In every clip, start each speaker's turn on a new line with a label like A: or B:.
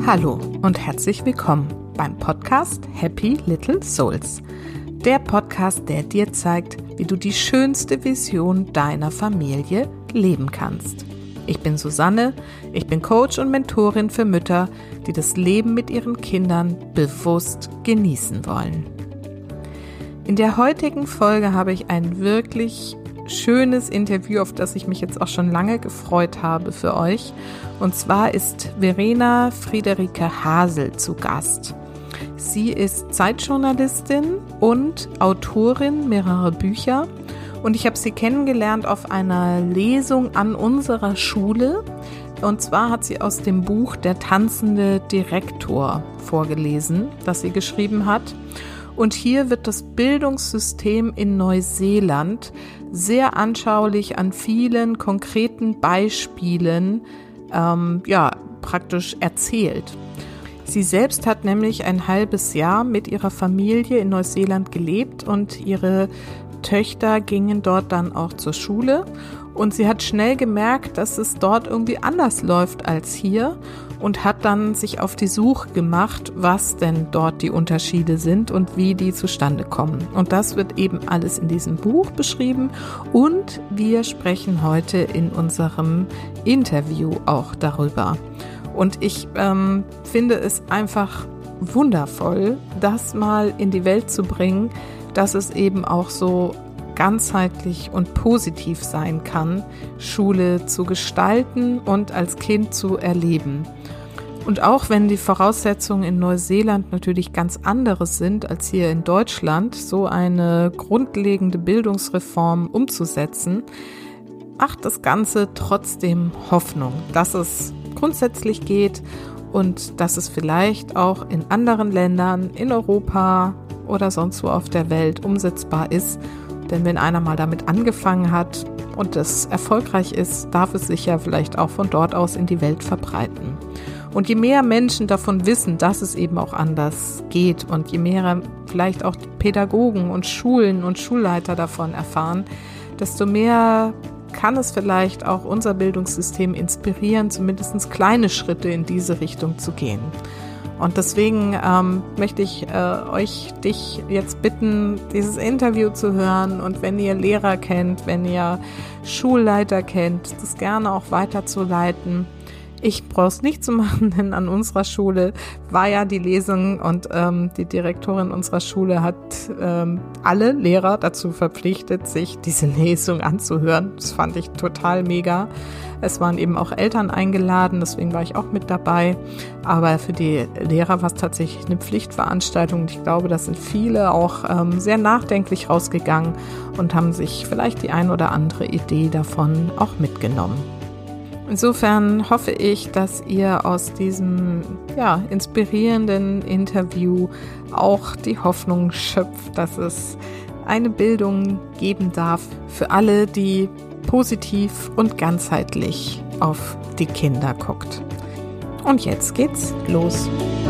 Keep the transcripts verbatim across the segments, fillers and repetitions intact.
A: Hallo und herzlich willkommen beim Podcast Happy Little Souls. Der Podcast, der dir zeigt, wie du die schönste Vision deiner Familie leben kannst. Ich bin Susanne, ich bin Coach und Mentorin für Mütter, die das Leben mit ihren Kindern bewusst genießen wollen. In der heutigen Folge habe ich ein wirklich schönes Interview, auf das ich mich jetzt auch schon lange gefreut habe für euch. Und zwar ist Verena Friederike Hasel zu Gast. Sie ist Zeitjournalistin und Autorin mehrerer Bücher. Und ich habe sie kennengelernt auf einer Lesung an unserer Schule. Und zwar hat sie aus dem Buch Der tanzende Direktor vorgelesen, das sie geschrieben hat. Und hier wird das Bildungssystem in Neuseeland sehr anschaulich an vielen konkreten Beispielen ähm, ja, praktisch erzählt. Sie selbst hat nämlich ein halbes Jahr mit ihrer Familie in Neuseeland gelebt und ihre Töchter gingen dort dann auch zur Schule. Und sie hat schnell gemerkt, dass es dort irgendwie anders läuft als hier und hat dann sich auf die Suche gemacht, was denn dort die Unterschiede sind und wie die zustande kommen. Und das wird eben alles in diesem Buch beschrieben und wir sprechen heute in unserem Interview auch darüber. Und ich ähm, finde es einfach wundervoll, das mal in die Welt zu bringen, dass es eben auch so ganzheitlich und positiv sein kann, Schule zu gestalten und als Kind zu erleben. Und auch wenn die Voraussetzungen in Neuseeland natürlich ganz andere sind als hier in Deutschland, so eine grundlegende Bildungsreform umzusetzen, macht das Ganze trotzdem Hoffnung, dass es grundsätzlich geht und dass es vielleicht auch in anderen Ländern, in Europa oder sonst wo auf der Welt umsetzbar ist. Denn wenn einer mal damit angefangen hat und es erfolgreich ist, darf es sich ja vielleicht auch von dort aus in die Welt verbreiten. Und je mehr Menschen davon wissen, dass es eben auch anders geht und je mehr vielleicht auch Pädagogen und Schulen und Schulleiter davon erfahren, desto mehr kann es vielleicht auch unser Bildungssystem inspirieren, zumindest kleine Schritte in diese Richtung zu gehen. Und deswegen ähm, möchte ich äh, euch, dich jetzt bitten, dieses Interview zu hören und wenn ihr Lehrer kennt, wenn ihr Schulleiter kennt, das gerne auch weiterzuleiten. Ich brauche es nicht zu machen, denn an unserer Schule war ja die Lesung und ähm, die Direktorin unserer Schule hat ähm, alle Lehrer dazu verpflichtet, sich diese Lesung anzuhören. Das fand ich total mega. Es waren eben auch Eltern eingeladen, deswegen war ich auch mit dabei. Aber für die Lehrer war es tatsächlich eine Pflichtveranstaltung. Und ich glaube, da sind viele auch ähm, sehr nachdenklich rausgegangen und haben sich vielleicht die ein oder andere Idee davon auch mitgenommen. Insofern hoffe ich, dass ihr aus diesem ja, inspirierenden Interview auch die Hoffnung schöpft, dass es eine Bildung geben darf für alle, die positiv und ganzheitlich auf die Kinder guckt. Und jetzt geht's los.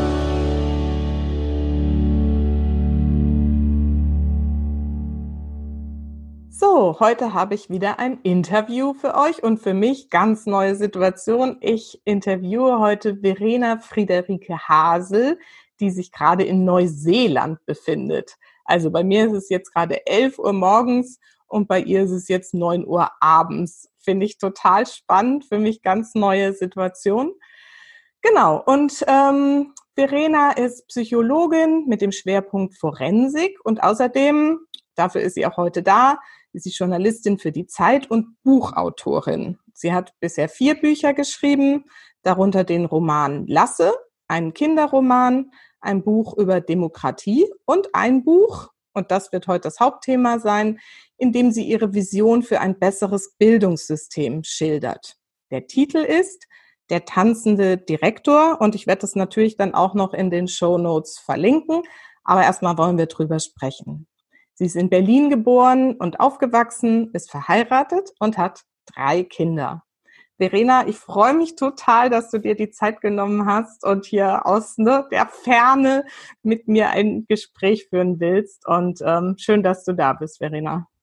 A: So, heute habe ich wieder ein Interview für euch und für mich ganz neue Situation. Ich interviewe heute Verena Friederike Hasel, die sich gerade in Neuseeland befindet. Also bei mir ist es jetzt gerade elf Uhr morgens und bei ihr ist es jetzt neun Uhr abends. Finde ich total spannend, für mich ganz neue Situation. Genau, und ähm, Verena ist Psychologin mit dem Schwerpunkt Forensik und außerdem, dafür ist sie auch heute da, ist sie Journalistin für die Zeit und Buchautorin. Sie hat bisher vier Bücher geschrieben, darunter den Roman Lasse, einen Kinderroman, ein Buch über Demokratie und ein Buch, und das wird heute das Hauptthema sein, in dem sie ihre Vision für ein besseres Bildungssystem schildert. Der Titel ist Der tanzende Direktor und ich werde das natürlich dann auch noch in den Shownotes verlinken, aber erstmal wollen wir drüber sprechen. Sie ist in Berlin geboren und aufgewachsen, ist verheiratet und hat drei Kinder. Verena, ich freue mich total, dass du dir die Zeit genommen hast und hier aus ne, der Ferne mit mir ein Gespräch führen willst. Und ähm, schön, dass du da bist, Verena.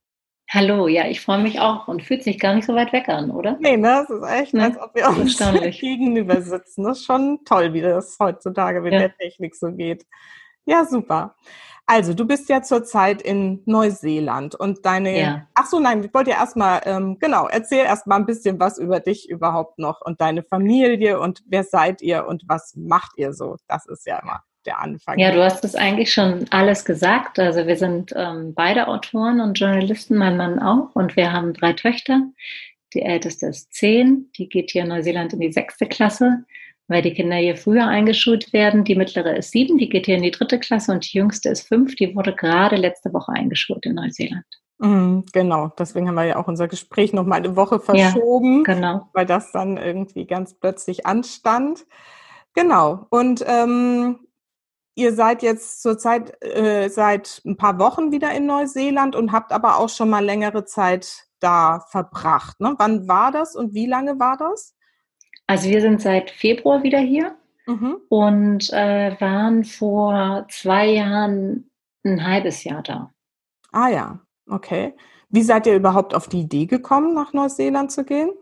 B: Hallo, ja, ich freue mich auch und fühlt sich gar nicht so weit weg an, oder?
A: Ne, ne? Es ist echt, als
B: Ne?
A: ob wir uns
B: Erstaunlich.
A: gegenüber sitzen. Das ist schon toll, wie das heutzutage mit
B: Ja,
A: der Technik so geht. Ja, super. Also, du bist ja zurzeit in Neuseeland und deine
B: ja.
A: ach so, nein, ich wollte ja erst mal, ähm genau, erzähl erst mal 'n bisschen was über dich überhaupt noch und deine Familie und wer seid ihr und was macht ihr so? Das ist ja immer der Anfang
B: Ja,
A: hier.
B: du hast es eigentlich schon alles gesagt. Also wir sind ähm, beide Autoren und Journalisten, mein Mann auch, und wir haben drei Töchter. Die älteste ist zehn, die geht hier in Neuseeland in die sechste Klasse, weil die Kinder hier früher eingeschult werden. Die mittlere ist sieben, die geht hier in die dritte Klasse, und die jüngste ist fünf, die wurde gerade letzte Woche eingeschult in Neuseeland.
A: Mhm, genau. Deswegen haben wir ja auch unser Gespräch noch mal eine Woche
B: Ja,
A: verschoben,
B: genau.
A: weil das dann irgendwie ganz plötzlich anstand. Genau. Und, ähm, ihr seid jetzt zurzeit äh, seit 'n paar Wochen wieder in Neuseeland und habt aber auch schon mal längere Zeit da verbracht, ne? Wann war das und wie lange war das?
B: Also wir sind seit Februar wieder hier
A: Mhm.
B: und äh, waren vor zwei Jahren ein halbes Jahr da.
A: Ah ja, okay. Wie seid ihr überhaupt auf die Idee gekommen, nach Neuseeland zu gehen?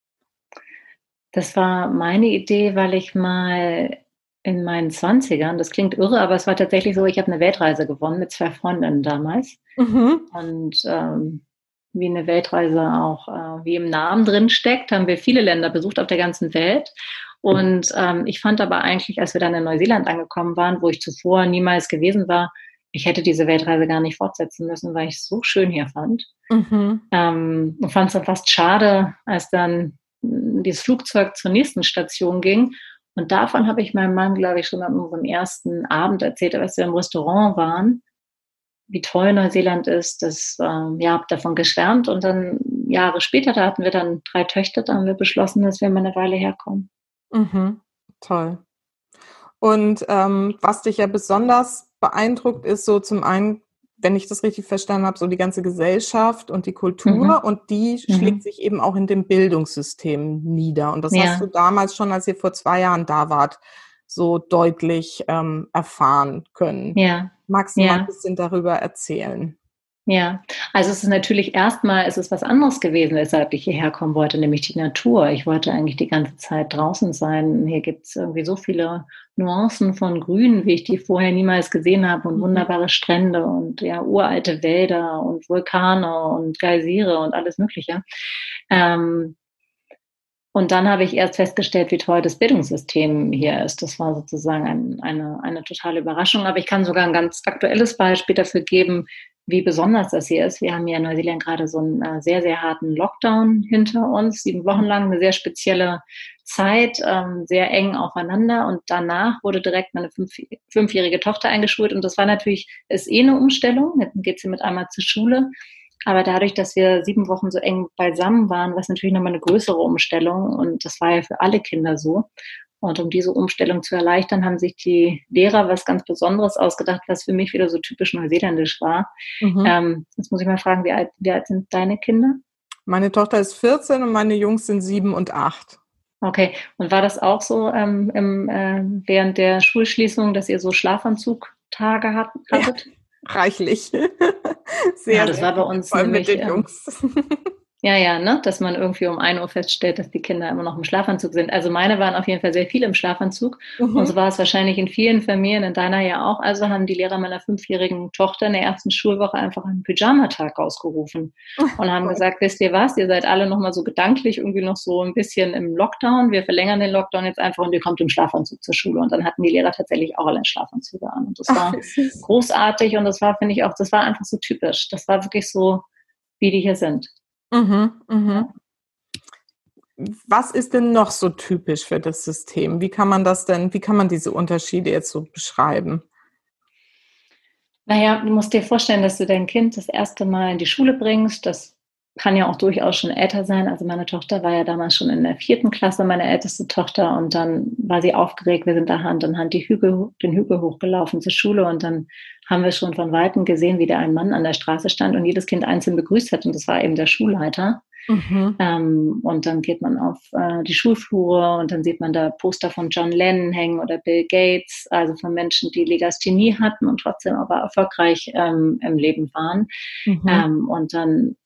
B: Das war meine Idee, weil ich mal in meinen Zwanzigern, das klingt irre, aber es war tatsächlich so, ich habe eine Weltreise gewonnen mit zwei Freundinnen damals.
A: Mhm.
B: Und, ähm, wie eine Weltreise auch, äh wie im Namen drin steckt, haben wir viele Länder besucht auf der ganzen Welt. Und, ähm, ich fand aber eigentlich, als wir dann in Neuseeland angekommen waren, wo ich zuvor niemals gewesen war, ich hätte diese Weltreise gar nicht fortsetzen müssen, weil ich's so schön hier fand.
A: Mhm.
B: Ähm, und fand es dann fast schade, als dann mm, dieses Flugzeug zur nächsten Station ging. Und davon habe ich meinem Mann, glaube ich, schon an unserem ersten Abend erzählt, als wir im Restaurant waren, wie toll Neuseeland ist. Das, ähm, ja, habe davon geschwärmt. Und dann Jahre später, da hatten wir dann drei Töchter, da haben wir beschlossen, dass wir mal eine Weile herkommen.
A: Mhm. Toll. Und, ähm, was dich ja besonders beeindruckt, ist so zum einen, wenn ich das richtig verstanden habe, so die ganze Gesellschaft und die Kultur
B: Mhm.
A: und die schlägt
B: Mhm.
A: sich eben auch in dem Bildungssystem nieder. Und das hast du
B: Ja,
A: damals schon, als ihr vor zwei Jahren da wart, so deutlich, ähm, erfahren können.
B: ja,
A: Magst du mal 'n
B: ja.
A: bisschen darüber erzählen?
B: Ja, also es ist natürlich erstmal, es ist was anderes gewesen, weshalb ich hierher kommen wollte, nämlich die Natur. Ich wollte eigentlich die ganze Zeit draußen sein. Hier gibt's irgendwie so viele Nuancen von Grün, wie ich die vorher niemals gesehen habe, und
A: Mhm.
B: wunderbare Strände und ja, uralte Wälder und Vulkane und Geysire und alles Mögliche. Ähm, und dann habe ich erst festgestellt, wie toll das Bildungssystem hier ist. Das war sozusagen ein, eine, eine totale Überraschung. Aber ich kann sogar ein ganz aktuelles Beispiel dafür geben, wie besonders das hier ist. Wir haben hier in Neuseeland gerade so einen äh, sehr, sehr harten Lockdown hinter uns, sieben Wochen lang, eine sehr spezielle Zeit, ähm, sehr eng aufeinander. Und danach wurde direkt meine fünf, fünfjährige Tochter eingeschult. Und das war natürlich, ist eh eine Umstellung. Jetzt geht sie mit einmal zur Schule. Aber dadurch, dass wir sieben Wochen so eng beisammen waren, war es natürlich nochmal eine größere Umstellung. Und das war ja für alle Kinder so. Und um diese Umstellung zu erleichtern, haben sich die Lehrer was ganz Besonderes ausgedacht, was für mich wieder so typisch neuseeländisch war.
A: Mhm.
B: Ähm, jetzt muss ich mal fragen, wie alt, wie alt sind deine Kinder?
A: Meine Tochter ist vierzehn und meine Jungs sind sieben und acht.
B: Okay. Und war das auch so ähm, im, äh, während der Schulschließung, dass ihr so Schlafanzugtage hat,
A: Ja,
B: hattet?
A: reichlich.
B: Ja,
A: Sehr,
B: das
A: sehr
B: war bei
A: viele,
B: uns
A: vor allem mit
B: nämlich
A: den
B: ähm,
A: Jungs.
B: ja, ja, ne, dass man irgendwie um ein Uhr feststellt, dass die Kinder immer noch im Schlafanzug sind. Also meine waren auf jeden Fall sehr viel im Schlafanzug. Und so
A: Mhm.
B: war es wahrscheinlich in vielen Familien, in deiner ja auch. Also haben die Lehrer meiner fünfjährigen Tochter in der ersten Schulwoche einfach einen Pyjamatag ausgerufen und haben
A: Toll.
B: gesagt, wisst ihr was, ihr seid alle noch mal so gedanklich irgendwie noch so ein bisschen im Lockdown. Wir verlängern den Lockdown jetzt einfach und ihr kommt im Schlafanzug zur Schule. Und dann hatten die Lehrer tatsächlich auch alle Schlafanzüge an. Und das
A: Ach,
B: war
A: wie süß.
B: großartig, und das war, finde ich auch, das war einfach so typisch. Das war wirklich so, wie die hier sind.
A: Mhm, mhm.
B: Ja.
A: Was ist denn noch so typisch für das System? Wie kann man das denn wie kann man diese Unterschiede jetzt so beschreiben?
B: Naja, du musst dir vorstellen, dass du dein Kind das erste Mal in die Schule bringst. Das kann ja auch durchaus schon älter sein. Also meine Tochter war ja damals schon in der vierten Klasse, meine älteste Tochter, und dann war sie aufgeregt. Wir sind da Hand in Hand die Hügel, den Hügel hochgelaufen zur Schule, und dann haben wir schon von Weitem gesehen, wie da ein Mann an der Straße stand und jedes Kind einzeln begrüßt hat, und das war eben der Schulleiter.
A: Mhm,
B: Ähm, und dann geht man auf äh, die Schulflure, und dann sieht man da Poster von John Lennon hängen oder Bill Gates, also von Menschen, die Legasthenie hatten und trotzdem aber erfolgreich ähm, im Leben waren.
A: mhm.
B: Ähm, und dann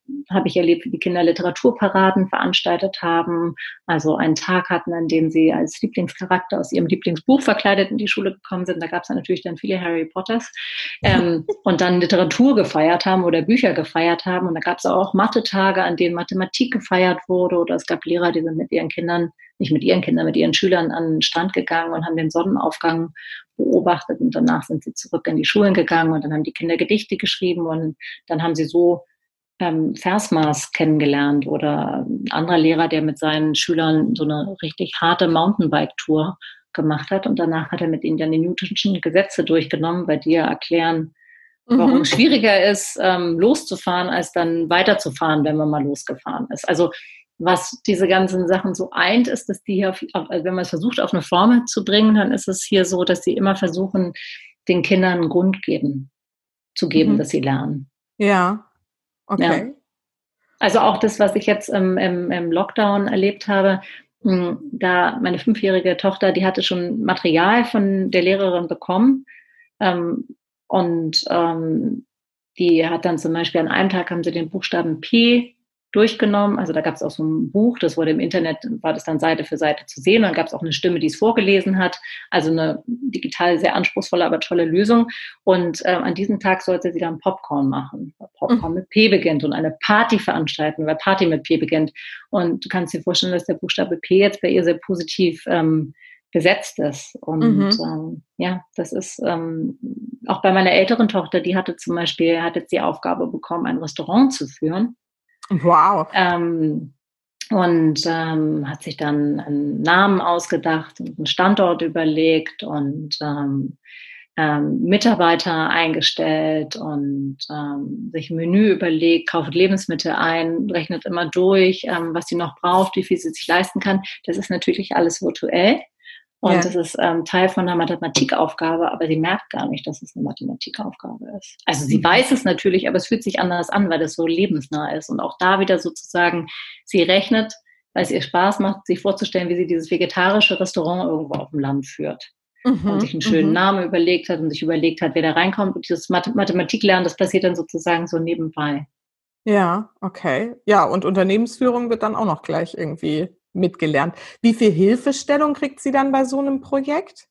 B: habe ich erlebt, wie die Kinder Literaturparaden veranstaltet haben, also einen Tag hatten, an dem sie als Lieblingscharakter aus ihrem Lieblingsbuch verkleidet in die Schule gekommen sind. Da gab es dann natürlich dann viele Harry Potters ähm, und dann Literatur gefeiert haben oder Bücher gefeiert haben. Und da gab es auch Mathe-Tage, an denen Mathematik gefeiert wurde, oder es gab Lehrer, die sind mit ihren Kindern, nicht mit ihren Kindern, mit ihren Schülern an den Strand gegangen und haben den Sonnenaufgang beobachtet, und danach sind sie zurück in die Schulen gegangen und dann haben die Kinder Gedichte geschrieben und dann haben sie so ähm, Versmaß kennengelernt, oder ein anderer Lehrer, der mit seinen Schülern so eine richtig harte Mountainbike-Tour gemacht hat, und danach hat er mit ihnen dann die Newtonschen Gesetze durchgenommen, bei die er erklären, warum mhm. es schwieriger ist, ähm, loszufahren, als dann weiterzufahren, wenn man mal losgefahren ist. Also was diese ganzen Sachen so eint, ist, dass die hier, auf, also wenn man es versucht, auf eine Formel zu bringen, dann ist es hier so, dass sie immer versuchen, den Kindern einen Grund geben, zu geben, mhm. dass sie lernen.
A: Ja, okay.
B: Ja. Also auch das, was ich jetzt im, im, im Lockdown erlebt habe, mh, da meine fünfjährige Tochter, die hatte schon Material von der Lehrerin bekommen, ähm, und ähm, die hat dann zum Beispiel an einem Tag haben sie den Buchstaben P durchgenommen. Also da gab es auch so ein Buch, das wurde im Internet, war das dann Seite für Seite zu sehen. Und dann gab es auch eine Stimme, die es vorgelesen hat. Also eine digital sehr anspruchsvolle, aber tolle Lösung. Und äh, an diesem Tag sollte sie dann Popcorn machen. Weil Popcorn mhm. mit P beginnt, und eine Party veranstalten, weil Party mit P beginnt. Und du kannst dir vorstellen, dass der Buchstabe P jetzt bei ihr sehr positiv ähm, besetzt ist. Und mhm. ähm, ja, das ist ähm, auch bei meiner älteren Tochter, die hatte zum Beispiel, hat jetzt die Aufgabe bekommen, ein Restaurant zu führen.
A: Wow.
B: Ähm, und ähm, hat sich dann einen Namen ausgedacht und einen Standort überlegt und ähm, ähm, Mitarbeiter eingestellt und ähm, sich ein Menü überlegt, kauft Lebensmittel ein, rechnet immer durch, ähm, was sie noch braucht, wie viel sie sich leisten kann. Das ist natürlich alles virtuell. Und ja. das ist ähm, Teil von einer Mathematikaufgabe, aber sie merkt gar nicht, dass es eine Mathematikaufgabe ist. Also sie mhm. weiß es natürlich, aber es fühlt sich anders an, weil das so lebensnah ist. Und auch da wieder sozusagen, sie rechnet, weil es ihr Spaß macht, sich vorzustellen, wie sie dieses vegetarische Restaurant irgendwo auf dem Land führt. Mhm. Und sich einen schönen mhm. Namen überlegt hat und sich überlegt hat, wer da reinkommt. Und dieses Mathematiklernen, das passiert dann sozusagen so nebenbei.
A: Ja, okay. Ja, und Unternehmensführung wird dann auch noch gleich irgendwie mitgelernt. Wie viel Hilfestellung kriegt sie dann bei so einem Projekt?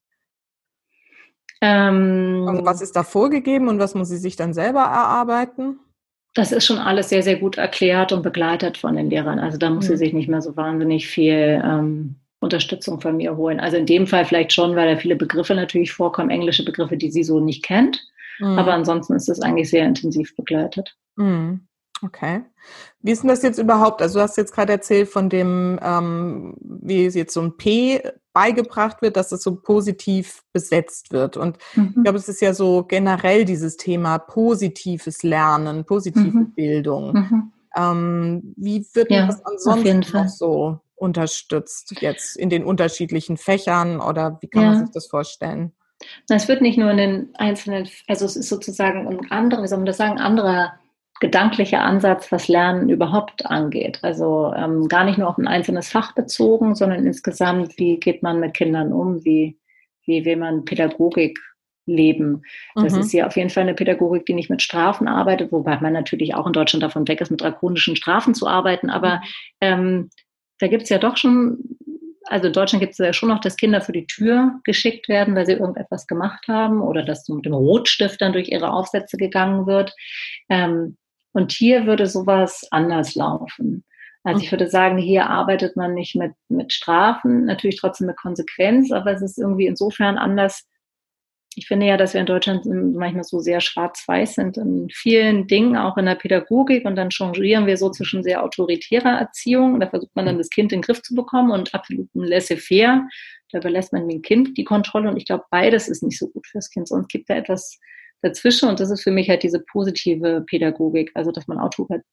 A: Ähm, also was ist da vorgegeben und was muss sie sich dann selber erarbeiten?
B: Das ist schon alles sehr, sehr gut erklärt und begleitet von den Lehrern. Also da muss mhm. sie sich nicht mehr so wahnsinnig viel ähm, Unterstützung von mir holen. Also in dem Fall vielleicht schon, weil da viele Begriffe natürlich vorkommen, englische Begriffe, die sie so nicht kennt. Mhm. Aber ansonsten ist es eigentlich sehr intensiv begleitet.
A: Mhm. Okay. Wie ist denn das jetzt überhaupt? Also du hast jetzt gerade erzählt von dem, ähm, wie jetzt so ein P beigebracht wird, dass es so positiv besetzt wird. Und mhm. ich glaube, es ist ja so generell dieses Thema positives Lernen, positive mhm. Bildung. Mhm. Ähm, wie wird denn ja, das ansonsten noch so unterstützt jetzt in den unterschiedlichen Fächern, oder wie kann ja. man sich das vorstellen?
B: Es wird nicht nur in den einzelnen, also es ist sozusagen ein anderer, wie soll man das sagen, anderer gedanklicher Ansatz, was Lernen überhaupt angeht. Also ähm, gar nicht nur auf ein einzelnes Fach bezogen, sondern insgesamt, wie geht man mit Kindern um, wie, wie will man Pädagogik leben. Das mhm. ist hier auf jeden Fall eine Pädagogik, die nicht mit Strafen arbeitet, wobei man natürlich auch in Deutschland davon weg ist, mit drakonischen Strafen zu arbeiten. Aber ähm, da gibt es ja doch schon, also in Deutschland gibt es ja schon noch, dass Kinder vor die Tür geschickt werden, weil sie irgendetwas gemacht haben, oder dass mit dem Rotstift dann durch ihre Aufsätze gegangen wird. Ähm, Und hier würde sowas anders laufen. Also ich würde sagen, hier arbeitet man nicht mit, mit Strafen, natürlich trotzdem mit Konsequenz, aber es ist irgendwie insofern anders. Ich finde ja, dass wir in Deutschland manchmal so sehr schwarz-weiß sind in vielen Dingen, auch in der Pädagogik, und dann changieren wir so zwischen sehr autoritärer Erziehung. Da versucht man dann, das Kind in den Griff zu bekommen, und absoluten laissez-faire. Da überlässt man dem Kind die Kontrolle, und ich glaube, beides ist nicht so gut fürs Kind. Sonst gibt da etwas dazwischen, und das ist für mich halt diese positive Pädagogik, also dass man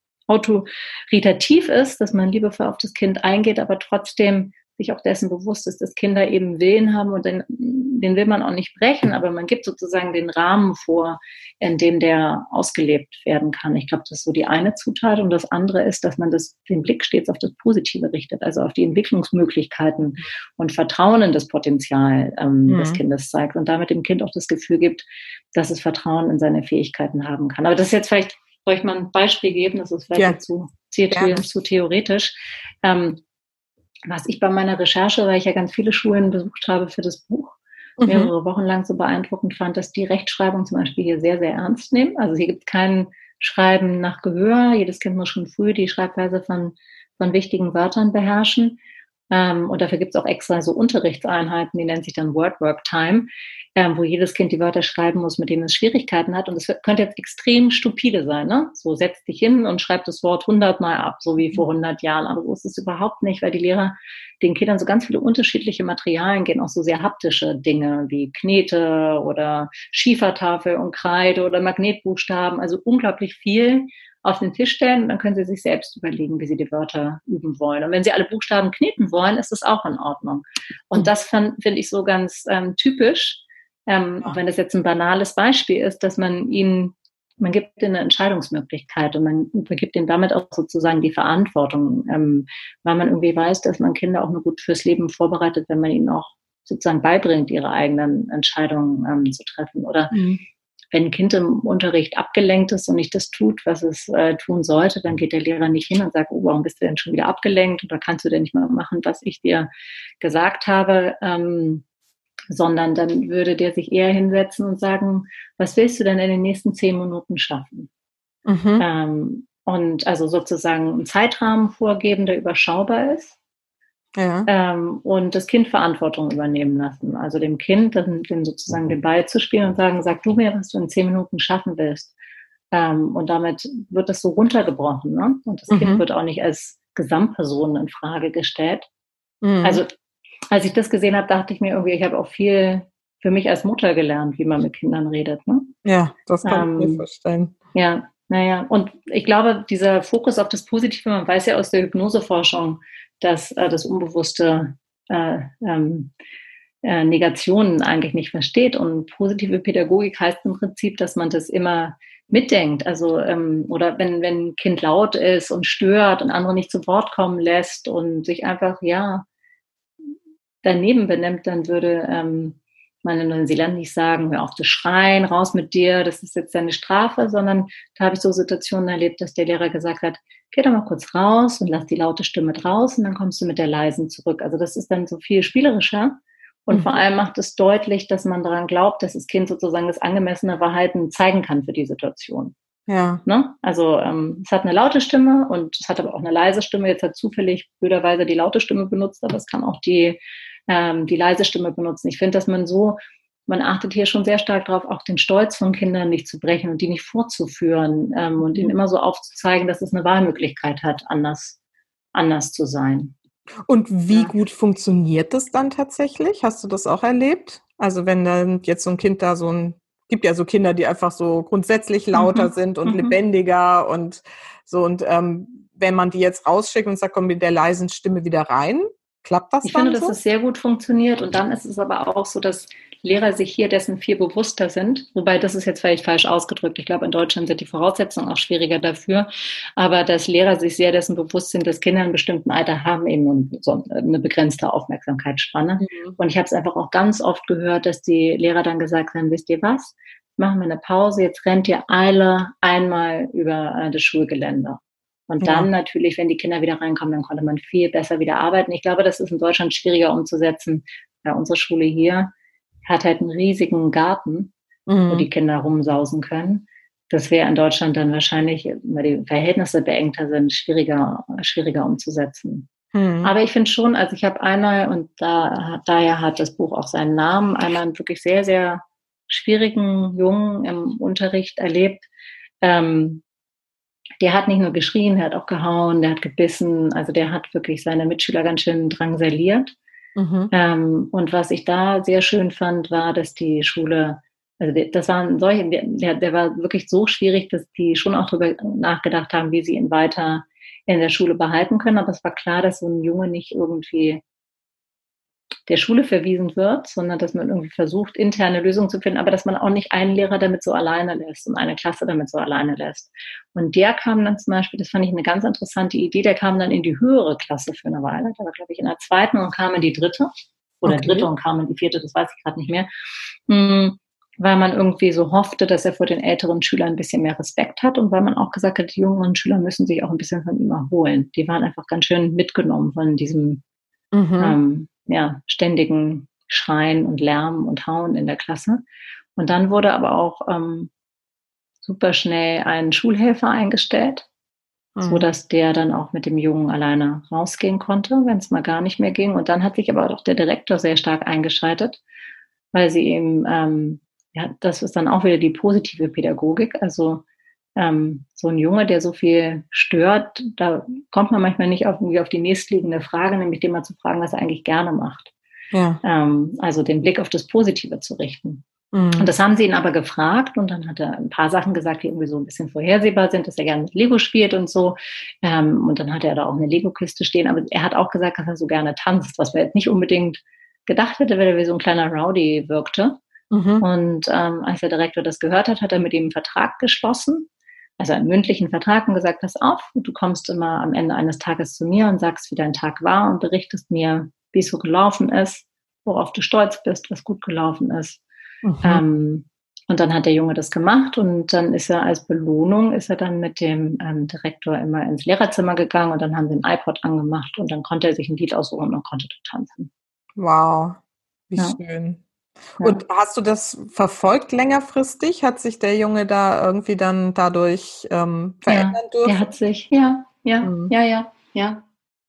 B: autoritativ ist, dass man liebevoll auf das Kind eingeht, aber trotzdem sich auch dessen bewusst ist, dass Kinder eben Willen haben, und den, den will man auch nicht brechen, aber man gibt sozusagen den Rahmen vor, in dem der ausgelebt werden kann. Ich glaube, das ist so die eine Zutat, und das andere ist, dass man das, den Blick stets auf das Positive richtet, also auf die Entwicklungsmöglichkeiten und Vertrauen in das Potenzial ähm, mhm. des Kindes zeigt und damit dem Kind auch das Gefühl gibt, dass es Vertrauen in seine Fähigkeiten haben kann. Aber das ist jetzt vielleicht soll ich mal ein Beispiel geben? Das ist vielleicht
A: Ja.
B: zu, zu, zu theoretisch. Ähm, was ich bei meiner Recherche, weil ich ja ganz viele Schulen besucht habe für das Buch, mhm. mehrere Wochen lang so beeindruckend fand, dass die Rechtschreibung zum Beispiel hier sehr, sehr ernst nehmen. Also hier gibt es kein Schreiben nach Gehör. Jedes Kind muss schon früh die Schreibweise von, von wichtigen Wörtern beherrschen. Ähm, und dafür gibt es auch extra so Unterrichtseinheiten, die nennt sich dann Word Work Time, ähm, wo jedes Kind die Wörter schreiben muss, mit denen es Schwierigkeiten hat. Und es könnte jetzt extrem stupide sein, ne? So, setz dich hin und schreib das Wort hundertmal ab, so wie vor hundert Jahren. Aber so ist es überhaupt nicht, weil die Lehrer den Kindern so ganz viele unterschiedliche Materialien geben, auch so sehr haptische Dinge wie Knete oder Schiefertafel und Kreide oder Magnetbuchstaben, also unglaublich viel auf den Tisch stellen und dann können sie sich selbst überlegen, wie sie die Wörter üben wollen. Und wenn sie alle Buchstaben kneten wollen, ist das auch in Ordnung. Und das finde ich so ganz ähm, typisch, ähm, auch wenn das jetzt ein banales Beispiel ist, dass man ihnen, man gibt ihnen eine Entscheidungsmöglichkeit und man übergibt ihnen damit auch sozusagen die Verantwortung, ähm, weil man irgendwie weiß, dass man Kinder auch nur gut fürs Leben vorbereitet, wenn man ihnen auch sozusagen beibringt, ihre eigenen Entscheidungen ähm, zu treffen. Oder mhm. wenn ein Kind im Unterricht abgelenkt ist und nicht das tut, was es äh, tun sollte, dann geht der Lehrer nicht hin und sagt, oh, warum bist du denn schon wieder abgelenkt oder kannst du denn nicht mal machen, was ich dir gesagt habe, ähm, sondern dann würde der sich eher hinsetzen und sagen, was willst du denn in den nächsten zehn Minuten schaffen? Mhm. Ähm, und also sozusagen einen Zeitrahmen vorgeben, der überschaubar ist. Ja. Ähm, und das Kind Verantwortung übernehmen lassen. Also dem Kind dann, dann sozusagen den Ball zu spielen und sagen, sag du mir, was du in zehn Minuten schaffen willst. Ähm, und damit wird das so runtergebrochen. Ne? Und das mhm. Kind wird auch nicht als Gesamtperson in Frage gestellt. Mhm. Also als ich das gesehen habe, dachte ich mir irgendwie, ich habe auch viel für mich als Mutter gelernt, wie man mit Kindern redet. Ne?
A: Ja, das kann ähm, ich mir vorstellen.
B: Ja, naja. Und ich glaube, dieser Fokus auf das Positive, man weiß ja aus der Hypnoseforschung, dass äh, das Unbewusste äh, ähm, äh, Negationen eigentlich nicht versteht. Und positive Pädagogik heißt im Prinzip, dass man das immer mitdenkt. Also ähm, oder wenn, wenn ein Kind laut ist und stört und andere nicht zu Wort kommen lässt und sich einfach, ja, daneben benimmt, dann würde ähm, man in Neuseeland nicht sagen, hör auf zu schreien, raus mit dir, das ist jetzt deine Strafe, sondern da habe ich so Situationen erlebt, dass der Lehrer gesagt hat, geh doch mal kurz raus und lass die laute Stimme raus und dann kommst du mit der leisen zurück. Also das ist dann so viel spielerischer und mhm. vor allem macht es deutlich, dass man daran glaubt, dass das Kind sozusagen das angemessene Verhalten zeigen kann für die Situation.
A: Ja.
B: Ne? Also ähm, es hat eine laute Stimme und es hat aber auch eine leise Stimme. Jetzt hat zufällig blöderweise die laute Stimme benutzt, aber es kann auch die ähm, die leise Stimme benutzen. Ich finde, dass man so, man achtet hier schon sehr stark darauf, auch den Stolz von Kindern nicht zu brechen und die nicht vorzuführen ähm, und ihnen immer so aufzuzeigen, dass es eine Wahlmöglichkeit hat, anders, anders zu sein.
A: Und wie ja. gut funktioniert das dann tatsächlich? Hast du das auch erlebt? Also wenn dann jetzt so ein Kind da so ein, gibt ja so Kinder, die einfach so grundsätzlich lauter mhm. sind und mhm. lebendiger und so und ähm, wenn man die jetzt rausschickt und sagt, komm mit der leisen Stimme wieder rein, klappt das
B: ich
A: dann
B: finde,
A: so?
B: dass es sehr gut funktioniert und dann ist es aber auch so, dass Lehrer sich hier dessen viel bewusster sind, wobei das ist jetzt vielleicht falsch ausgedrückt. Ich glaube, in Deutschland sind die Voraussetzungen auch schwieriger dafür, aber dass Lehrer sich sehr dessen bewusst sind, dass Kinder in einem bestimmten Alter haben eben eine begrenzte Aufmerksamkeitsspanne. Mhm. Und ich habe es einfach auch ganz oft gehört, dass die Lehrer dann gesagt haben, wisst ihr was, machen wir eine Pause, jetzt rennt ihr alle einmal über das Schulgelände. Und dann ja. natürlich, wenn die Kinder wieder reinkommen, dann konnte man viel besser wieder arbeiten. Ich glaube, das ist in Deutschland schwieriger umzusetzen. Ja, unsere Schule hier hat halt einen riesigen Garten, mhm. wo die Kinder rumsausen können. Das wäre in Deutschland dann wahrscheinlich, weil die Verhältnisse beengter sind, schwieriger, schwieriger umzusetzen. Mhm. Aber ich finde schon, also ich habe einmal, und da, daher hat das Buch auch seinen Namen, einmal einen wirklich sehr, sehr schwierigen Jungen im Unterricht erlebt. Ähm, Der hat nicht nur geschrien, der hat auch gehauen, der hat gebissen. Also der hat wirklich seine Mitschüler ganz schön drangsaliert. Mhm. Ähm, und was ich da sehr schön fand, war, dass die Schule, also das waren solche, der, der war wirklich so schwierig, dass die schon auch darüber nachgedacht haben, wie sie ihn weiter in der Schule behalten können. Aber es war klar, dass so ein Junge nicht irgendwie der Schule verwiesen wird, sondern dass man irgendwie versucht, interne Lösungen zu finden, aber dass man auch nicht einen Lehrer damit so alleine lässt und eine Klasse damit so alleine lässt. Und der kam dann zum Beispiel, das fand ich eine ganz interessante Idee, der kam dann in die höhere Klasse für eine Weile, der war, glaube ich, in der zweiten und kam in die dritte oder okay. dritte und kam in die vierte, das weiß ich gerade nicht mehr. weil man irgendwie so hoffte, dass er vor den älteren Schülern ein bisschen mehr Respekt hat und weil man auch gesagt hat, die jüngeren Schüler müssen sich auch ein bisschen von ihm erholen. Die waren einfach ganz schön mitgenommen von diesem
A: Mhm.
B: ähm, ja, ständigen Schreien und Lärm und Hauen in der Klasse. Und dann wurde aber auch ähm, super schnell ein Schulhelfer eingestellt, so
A: Mhm.
B: dass der dann auch mit dem Jungen alleine rausgehen konnte, wenn es mal gar nicht mehr ging. Und dann hat sich aber auch der Direktor sehr stark eingeschaltet, weil sie eben, ähm, ja, das ist dann auch wieder die positive Pädagogik. Also ähm, so ein Junge, der so viel stört, da kommt man manchmal nicht auf, irgendwie auf die nächstliegende Frage, nämlich den mal zu fragen, was er eigentlich gerne macht.
A: Ja.
B: Ähm, also den Blick auf das Positive zu richten. Und
A: Mhm.
B: das haben sie ihn aber gefragt und dann hat er ein paar Sachen gesagt, die irgendwie so ein bisschen vorhersehbar sind, dass er gerne mit Lego spielt und so. Ähm, und dann hatte er da auch eine Lego-Kiste stehen. Aber er hat auch gesagt, dass er so gerne tanzt, was man jetzt nicht unbedingt gedacht hätte, weil er wie so ein kleiner Rowdy wirkte.
A: Mhm.
B: Und ähm, als der Direktor das gehört hat, hat er mit ihm einen Vertrag geschlossen, also einen mündlichen Vertrag und gesagt, pass auf, du kommst immer am Ende eines Tages zu mir und sagst, wie dein Tag war und berichtest mir, wie es so gelaufen ist, worauf du stolz bist, was gut gelaufen ist.
A: Mhm.
B: Ähm, und dann hat der Junge das gemacht und dann ist er als Belohnung, ist er dann mit dem ähm, Direktor immer ins Lehrerzimmer gegangen und dann haben sie ein iPod angemacht und dann konnte er sich ein Lied aussuchen und konnte dort tanzen.
A: Wow, wie
B: Ja,
A: schön.
B: ja,
A: Und hast du das verfolgt längerfristig? Hat sich der Junge da irgendwie dann dadurch ähm,
B: ja,
A: verändern
B: der
A: dürfen?
B: hat sich, ja, ja,
A: Mhm.
B: ja, ja, ja.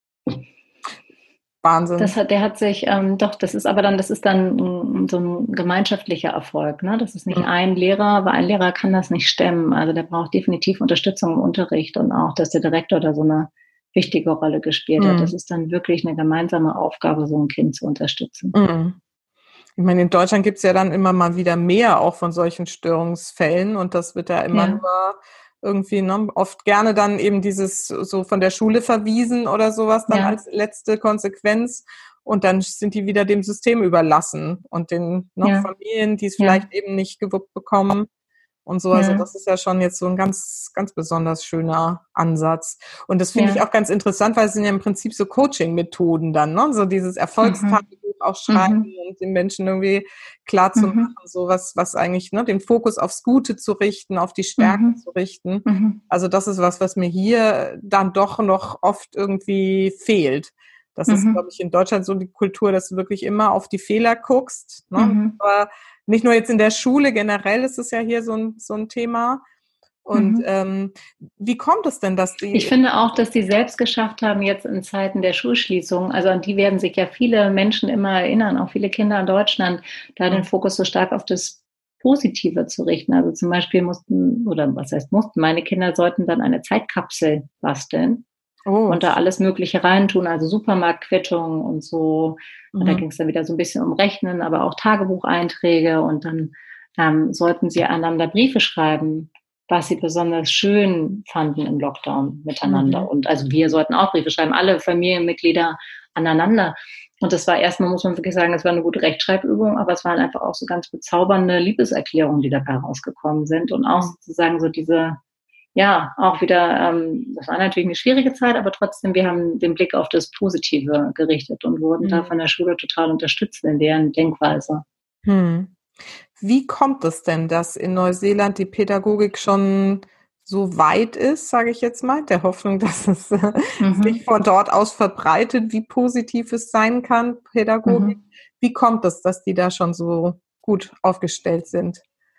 B: Das
A: Wahnsinn.
B: hat, der hat sich, ähm, doch, das ist aber dann, das ist dann mm, so ein gemeinschaftlicher Erfolg, ne? Das ist nicht
A: Mhm.
B: ein Lehrer, weil ein Lehrer kann das nicht stemmen. Also der braucht definitiv Unterstützung im Unterricht und auch, dass der Direktor da so eine wichtige Rolle gespielt hat. Das
A: Mhm.
B: ist dann wirklich eine gemeinsame Aufgabe, so ein Kind zu unterstützen.
A: Mhm. Ich meine, in Deutschland gibt's ja dann immer mal wieder mehr auch von solchen Störungsfällen und das wird ja immer
B: Ja,
A: nur irgendwie, ne, oft gerne dann eben dieses so von der Schule verwiesen oder sowas dann
B: ja,
A: als letzte Konsequenz und dann sind die wieder dem System überlassen und den, ne,
B: ja,
A: Familien, die es
B: ja,
A: vielleicht eben nicht gewuppt bekommen und so. Also
B: ja,
A: das ist ja schon jetzt so ein ganz, ganz besonders schöner Ansatz. Und das finde ich
B: ja.
A: auch ganz interessant, weil es sind ja im Prinzip so Coaching-Methoden dann, ne? So dieses
B: Mhm,
A: Erfolgstagebuch auch schreiben
B: mhm,
A: und den Menschen irgendwie klar zu
B: mhm,
A: machen, so was, was eigentlich, ne, den Fokus aufs Gute zu richten, auf die Stärken
B: mhm,
A: zu richten.
B: mhm,
A: Also das ist was, was mir hier dann doch noch oft irgendwie fehlt. Das ist,
B: mhm,
A: glaube ich, in Deutschland so die Kultur, dass du wirklich immer auf die Fehler guckst, ne?
B: mhm,
A: Aber nicht nur jetzt in der Schule, generell ist es ja hier so ein, so ein Thema. Und
B: mhm.
A: ähm, wie kommt es denn, dass
B: Ich
A: die,
B: finde auch, dass die selbst geschafft haben, jetzt in Zeiten der Schulschließung, also an die werden sich ja viele Menschen immer erinnern, auch viele Kinder in Deutschland, da den Fokus so stark auf das Positive zu richten. Also zum Beispiel mussten, oder was heißt mussten, meine Kinder sollten dann eine Zeitkapsel basteln
A: oh,
B: und da alles Mögliche reintun, also Supermarktquittungen und so. Und da
A: mhm,
B: ging es dann wieder so ein bisschen um Rechnen, aber auch Tagebucheinträge und dann ähm, sollten sie einander Briefe schreiben, was sie besonders schön fanden im Lockdown
A: mhm,
B: miteinander. Und also wir sollten auch Briefe schreiben, alle Familienmitglieder aneinander. Und das war erstmal, muss man wirklich sagen, es war eine gute Rechtschreibübung, aber es waren einfach auch so ganz bezaubernde Liebeserklärungen, die dabei rausgekommen sind. Und auch
A: mhm,
B: sozusagen so diese, ja, auch wieder, ähm, das war natürlich eine schwierige Zeit, aber trotzdem, wir haben den Blick auf das Positive gerichtet und wurden da
A: mhm.
B: von der Schule total unterstützt in deren Denkweise.
A: Hm. Wie kommt es denn, dass in Neuseeland die Pädagogik schon so weit ist, sage ich jetzt mal, der Hoffnung, dass es äh, sich
B: Mhm.
A: von dort aus verbreitet, wie positiv es sein kann, Pädagogik?
B: Mhm.
A: Wie kommt es, dass die da schon so gut aufgestellt sind?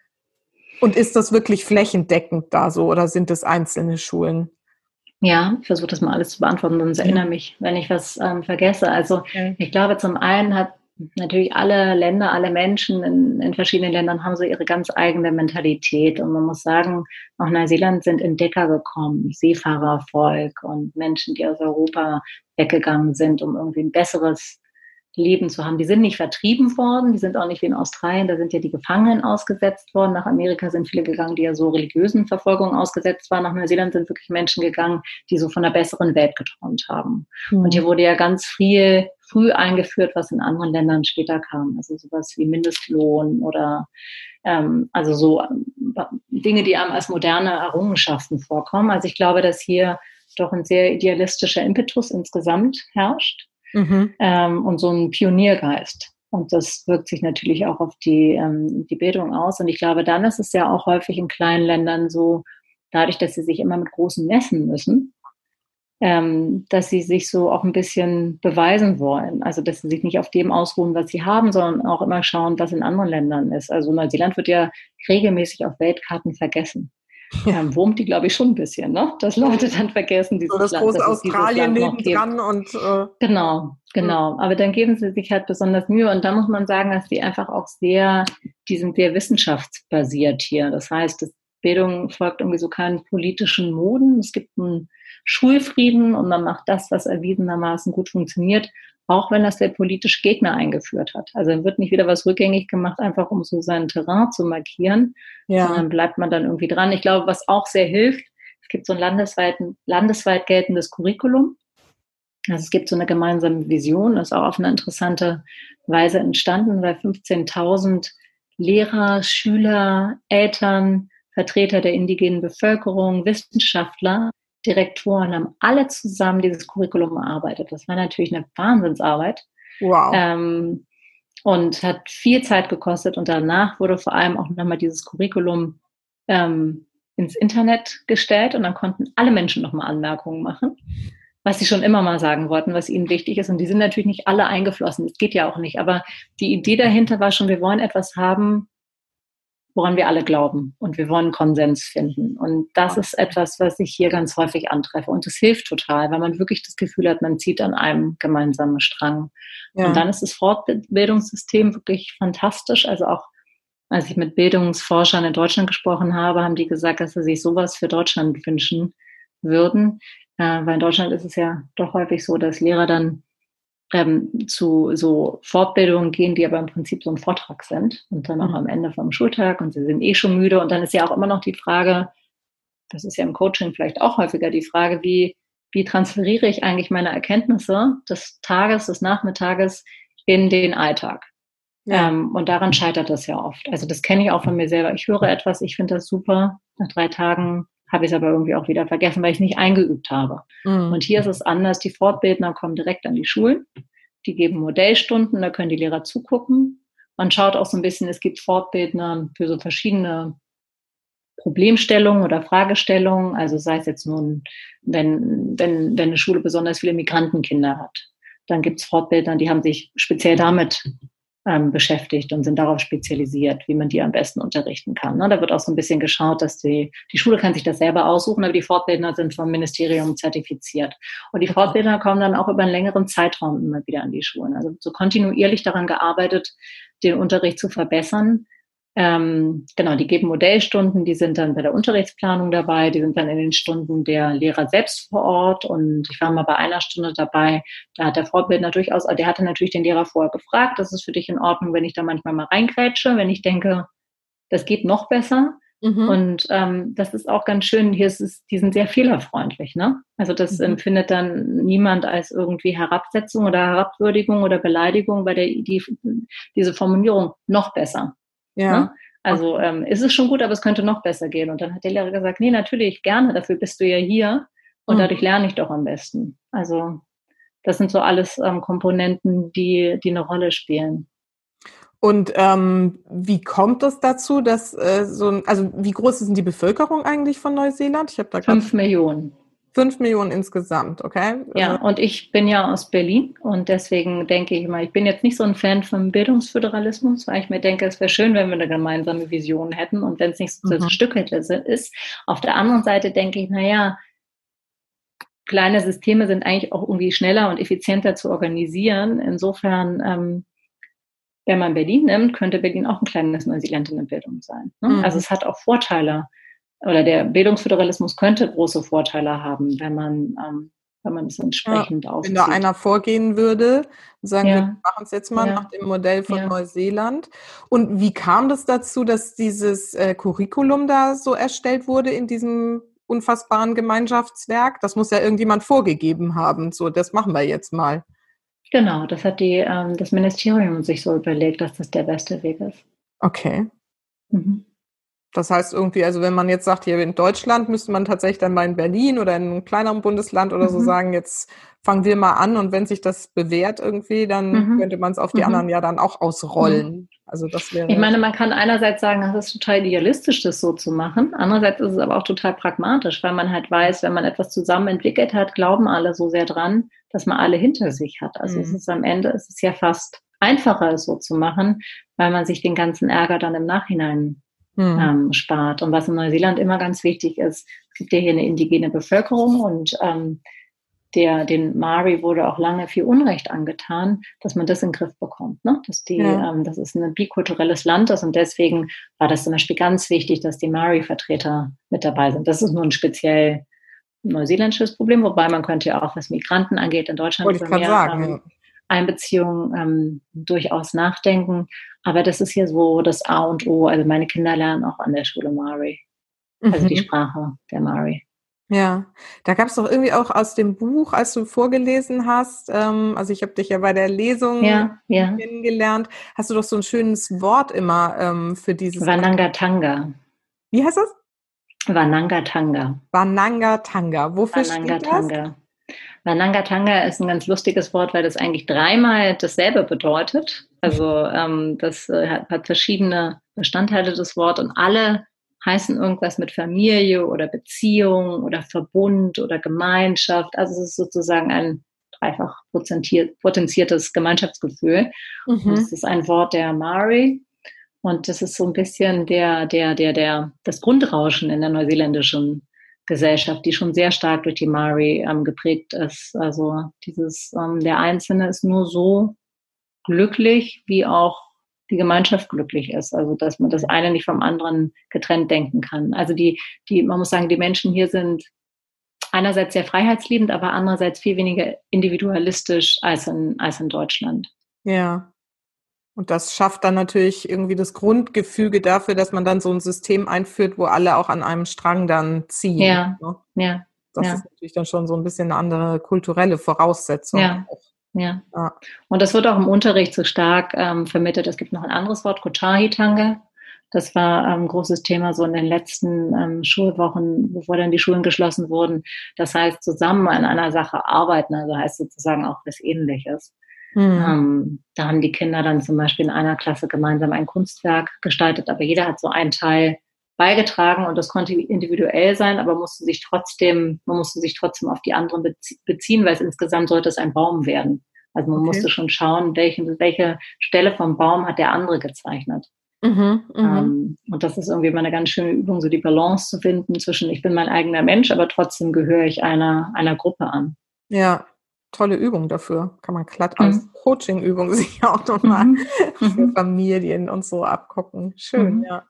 A: Und ist das wirklich flächendeckend da so oder sind es einzelne Schulen?
B: Ja, ich versuche das mal alles zu beantworten, sonst
A: Ja.
B: erinnere mich, wenn ich was ähm, vergesse. Also
A: Ja.
B: ich glaube, zum einen hat natürlich alle Länder, alle Menschen in, in verschiedenen Ländern haben so ihre ganz eigene Mentalität. Und man muss sagen, auch Neuseeland sind Entdecker gekommen, Seefahrervolk und Menschen, die aus Europa weggegangen sind, um irgendwie ein besseres Leben zu haben. Die sind nicht vertrieben worden, die sind auch nicht wie in Australien, da sind ja die Gefangenen ausgesetzt worden. Nach Amerika sind viele gegangen, die ja so religiösen Verfolgungen ausgesetzt waren. Nach Neuseeland sind wirklich Menschen gegangen, die so von einer besseren Welt geträumt haben. Und
A: Hm.
B: hier wurde ja ganz viel früh eingeführt, was in anderen Ländern später kam. Also sowas wie Mindestlohn oder ähm, also so ähm, Dinge, die einem als moderne Errungenschaften vorkommen. Also ich glaube, dass hier doch ein sehr idealistischer Impetus insgesamt herrscht
A: Mhm.
B: ähm, und so ein Pioniergeist. Und das wirkt sich natürlich auch auf die, ähm, die Bildung aus. Und ich glaube, dann ist es ja auch häufig in kleinen Ländern so, dadurch, dass sie sich immer mit Großen messen müssen, ähm, dass sie sich so auch ein bisschen beweisen wollen. Also, dass sie sich nicht auf dem ausruhen, was sie haben, sondern auch immer schauen, was in anderen Ländern ist. Also Neuseeland wird ja regelmäßig auf Weltkarten vergessen.
C: Ja.
B: Ähm, wurmt die, glaube ich, schon ein bisschen, ne? Dass Leute dann vergessen, dieses
C: So das
B: Land,
C: große
B: dass es dieses
C: Australien
B: Land noch gibt.
C: nebendran und äh,
B: Genau, genau. Aber dann geben sie sich halt besonders Mühe. Und da muss man sagen, dass die einfach auch sehr, die sind sehr wissenschaftsbasiert hier. Das heißt, das Bildung folgt irgendwie so keinen politischen Moden. Es gibt einen Schulfrieden und man macht das, was erwiesenermaßen gut funktioniert, auch wenn das der politische Gegner eingeführt hat. Also dann wird nicht wieder was rückgängig gemacht, einfach um so sein Terrain zu markieren,
C: ja.
B: sondern bleibt man dann irgendwie dran. Ich glaube, was auch sehr hilft, es gibt so ein landesweit, landesweit geltendes Curriculum. Also es gibt so eine gemeinsame Vision, das ist auch auf eine interessante Weise entstanden, weil fünfzehntausend Lehrer, Schüler, Eltern, Vertreter der indigenen Bevölkerung, Wissenschaftler, Direktoren haben alle zusammen dieses Curriculum erarbeitet. Das war natürlich eine Wahnsinnsarbeit.
C: Wow.
B: Ähm, und hat viel Zeit gekostet. Und danach wurde vor allem auch nochmal dieses Curriculum ähm, ins Internet gestellt und dann konnten alle Menschen nochmal Anmerkungen machen, was sie schon immer mal sagen wollten, was ihnen wichtig ist. Und die sind natürlich nicht alle eingeflossen. Das geht ja auch nicht. Aber die Idee dahinter war schon, wir wollen etwas haben, woran wir alle glauben. Und wir wollen Konsens finden. Und das ist etwas, was ich hier ganz häufig antreffe. Und das hilft total, weil man wirklich das Gefühl hat, man zieht an einem gemeinsamen Strang. Ja. Und dann ist das Fortbildungssystem wirklich fantastisch. Also auch, als ich mit Bildungsforschern in Deutschland gesprochen habe, haben die gesagt, dass sie sich sowas für Deutschland wünschen würden. Äh, weil in Deutschland ist es ja doch häufig so, dass Lehrer dann ähm, zu so Fortbildungen gehen, die aber im Prinzip so ein Vortrag sind und dann auch mhm. am Ende vom Schultag und sie sind eh schon müde und dann ist ja auch immer noch die Frage, das ist ja im Coaching vielleicht auch häufiger die Frage, wie, wie transferiere ich eigentlich meine Erkenntnisse des Tages, des Nachmittages in den Alltag? Ja. Ähm, und daran scheitert das ja oft. Also das kenne ich auch von mir selber. Ich höre etwas, ich finde das super, nach drei Tagen habe ich es aber irgendwie auch wieder vergessen, weil ich es nicht eingeübt habe. Mhm. Und hier ist es anders. Die Fortbildner kommen direkt an die Schulen. Die geben Modellstunden, da können die Lehrer zugucken. Man schaut auch so ein bisschen, es gibt Fortbildner für so verschiedene Problemstellungen oder Fragestellungen. Also sei es jetzt nun, wenn, wenn, wenn eine Schule besonders viele Migrantenkinder hat, dann gibt es Fortbildner, die haben sich speziell damit Ähm, beschäftigt und sind darauf spezialisiert, wie man die am besten unterrichten kann. Ne? Da wird auch so ein bisschen geschaut, dass die, die Schule kann sich das selber aussuchen, aber die Fortbildner sind vom Ministerium zertifiziert. Und die Fortbildner kommen dann auch über einen längeren Zeitraum immer wieder an die Schulen. Also so kontinuierlich daran gearbeitet, den Unterricht zu verbessern. Ähm, genau, die geben Modellstunden, die sind dann bei der Unterrichtsplanung dabei, die sind dann in den Stunden der Lehrer selbst vor Ort und ich war mal bei einer Stunde dabei, da hat der Fortbildner durchaus, der hatte natürlich den Lehrer vorher gefragt, das ist für dich in Ordnung, wenn ich da manchmal mal reingrätsche, wenn ich denke, das geht noch besser. Mhm. Und ähm, das ist auch ganz schön, hier ist es, die sind sehr fehlerfreundlich, ne? Also das mhm. empfindet dann niemand als irgendwie Herabsetzung oder Herabwürdigung oder Beleidigung, weil der, die, diese Formulierung noch besser. Ja. Ne? Also ähm, ist es schon gut, aber es könnte noch besser gehen. Und dann hat der Lehrer gesagt, nee, natürlich, gerne, dafür bist du ja hier und mhm. dadurch lerne ich doch am besten. Also das sind so alles ähm, Komponenten, die, die eine Rolle spielen.
C: Und ähm, wie kommt es dazu, dass äh, so ein, also wie groß ist denn die Bevölkerung eigentlich von Neuseeland? Ich habe da
B: Fünf Millionen.
C: Fünf Millionen insgesamt, okay?
B: Ja, und ich bin ja aus Berlin und deswegen denke ich immer, ich bin jetzt nicht so ein Fan vom Bildungsföderalismus, weil ich mir denke, es wäre schön, wenn wir eine gemeinsame Vision hätten und wenn es nicht so mhm. Stücke ist. Auf der anderen Seite denke ich, naja, kleine Systeme sind eigentlich auch irgendwie schneller und effizienter zu organisieren. Insofern, ähm, wenn man Berlin nimmt, könnte Berlin auch ein kleines Neuseeland in der Bildung sein. Ne? Mhm. Also es hat auch Vorteile. Oder der Bildungsföderalismus könnte große Vorteile haben, wenn man, ähm, wenn man es entsprechend ja, aufzieht.
C: Wenn da einer vorgehen würde und sagen, ja. wir machen es jetzt mal ja. nach dem Modell von ja. Neuseeland. Und wie kam das dazu, dass dieses äh, Curriculum da so erstellt wurde in diesem unfassbaren Gemeinschaftswerk? Das muss ja irgendjemand vorgegeben haben. So, das machen wir jetzt mal.
B: Genau, das hat die, ähm, das Ministerium sich so überlegt, dass das der beste Weg ist.
C: Okay. Mhm. Das heißt irgendwie, also wenn man jetzt sagt, hier in Deutschland, müsste man tatsächlich dann mal in Berlin oder in einem kleineren Bundesland oder mhm. so sagen, jetzt fangen wir mal an und wenn sich das bewährt irgendwie, dann mhm. könnte man es auf die mhm. anderen ja dann auch ausrollen. Mhm. Also das wäre.
B: Ich meine, man kann einerseits sagen, das ist total idealistisch, das so zu machen. Andererseits ist es aber auch total pragmatisch, weil man halt weiß, wenn man etwas zusammen entwickelt hat, glauben alle so sehr dran, dass man alle hinter sich hat. Also mhm. es ist am Ende, es ist ja fast einfacher, es so zu machen, weil man sich den ganzen Ärger dann im Nachhinein Hm. Ähm, spart. Und was in Neuseeland immer ganz wichtig ist, es gibt ja hier eine indigene Bevölkerung und ähm, der, den Maori wurde auch lange viel Unrecht angetan, dass man das in den Griff bekommt. Ne? Dass die, ja. ähm, das ist ein bikulturelles Land ist und deswegen war das zum Beispiel ganz wichtig, dass die Maori-Vertreter mit dabei sind. Das ist nur ein speziell neuseeländisches Problem, wobei man könnte ja auch, was Migranten angeht, in Deutschland
C: Wollte ich gerade sagen,
B: ähm, Einbeziehung ähm, durchaus nachdenken. Aber das ist hier so das A und O. Also meine Kinder lernen auch an der Schule Maori. Also mhm. die Sprache der Maori.
C: Ja, da gab es doch irgendwie auch aus dem Buch, als du vorgelesen hast, ähm, also ich habe dich ja bei der Lesung
B: ja, ja.
C: kennengelernt, hast du doch so ein schönes Wort immer ähm, für dieses...
B: Wanangatanga.
C: Wie heißt das?
B: Wanangatanga.
C: Wanangatanga. Wofür
B: Wanangatanga.
C: steht das?
B: Wanangatanga ist ein ganz lustiges Wort, weil das eigentlich dreimal dasselbe bedeutet. Also ähm, das äh, hat, hat verschiedene Bestandteile, das Wort, und alle heißen irgendwas mit Familie oder Beziehung oder Verbund oder Gemeinschaft. Also es ist sozusagen ein dreifach potenziertes Gemeinschaftsgefühl. Mhm. Und es ist ein Wort der Maori. Und das ist so ein bisschen der, der, der, der, das Grundrauschen in der neuseeländischen Gesellschaft, die schon sehr stark durch die Maori ähm, geprägt ist. Also dieses, ähm, der Einzelne ist nur so glücklich, wie auch die Gemeinschaft glücklich ist. Also dass man das eine nicht vom anderen getrennt denken kann. Also die, die, man muss sagen, die Menschen hier sind einerseits sehr freiheitsliebend, aber andererseits viel weniger individualistisch als in, als in Deutschland.
C: Ja. Und das schafft dann natürlich irgendwie das Grundgefüge dafür, dass man dann so ein System einführt, wo alle auch an einem Strang dann ziehen.
B: Ja,
C: ne?
B: ja.
C: Das
B: ja.
C: ist natürlich dann schon so ein bisschen eine andere kulturelle Voraussetzung.
B: Ja, ja. ja. Und das wird auch im Unterricht so stark ähm, vermittelt. Es gibt noch ein anderes Wort, Kochahitanga. Das war ein ähm, großes Thema so in den letzten ähm, Schulwochen, bevor dann die Schulen geschlossen wurden. Das heißt, zusammen an einer Sache arbeiten, also heißt sozusagen auch was Ähnliches. Mhm. Ähm, da haben die Kinder dann zum Beispiel in einer Klasse gemeinsam ein Kunstwerk gestaltet, aber jeder hat so einen Teil beigetragen und das konnte individuell sein, aber musste sich trotzdem, man musste sich trotzdem auf die anderen beziehen, weil es insgesamt sollte es ein Baum werden. Also man okay. musste schon schauen, welche, welche Stelle vom Baum hat der andere gezeichnet. Mhm, ähm, und das ist irgendwie mal eine ganz schöne Übung, so die Balance zu finden zwischen ich bin mein eigener Mensch, aber trotzdem gehöre ich einer, einer Gruppe an.
C: Ja. Tolle Übung dafür. Kann man glatt als mhm. Coaching-Übung sich auch nochmal mhm. für Familien und so abgucken. Schön, mhm. ja.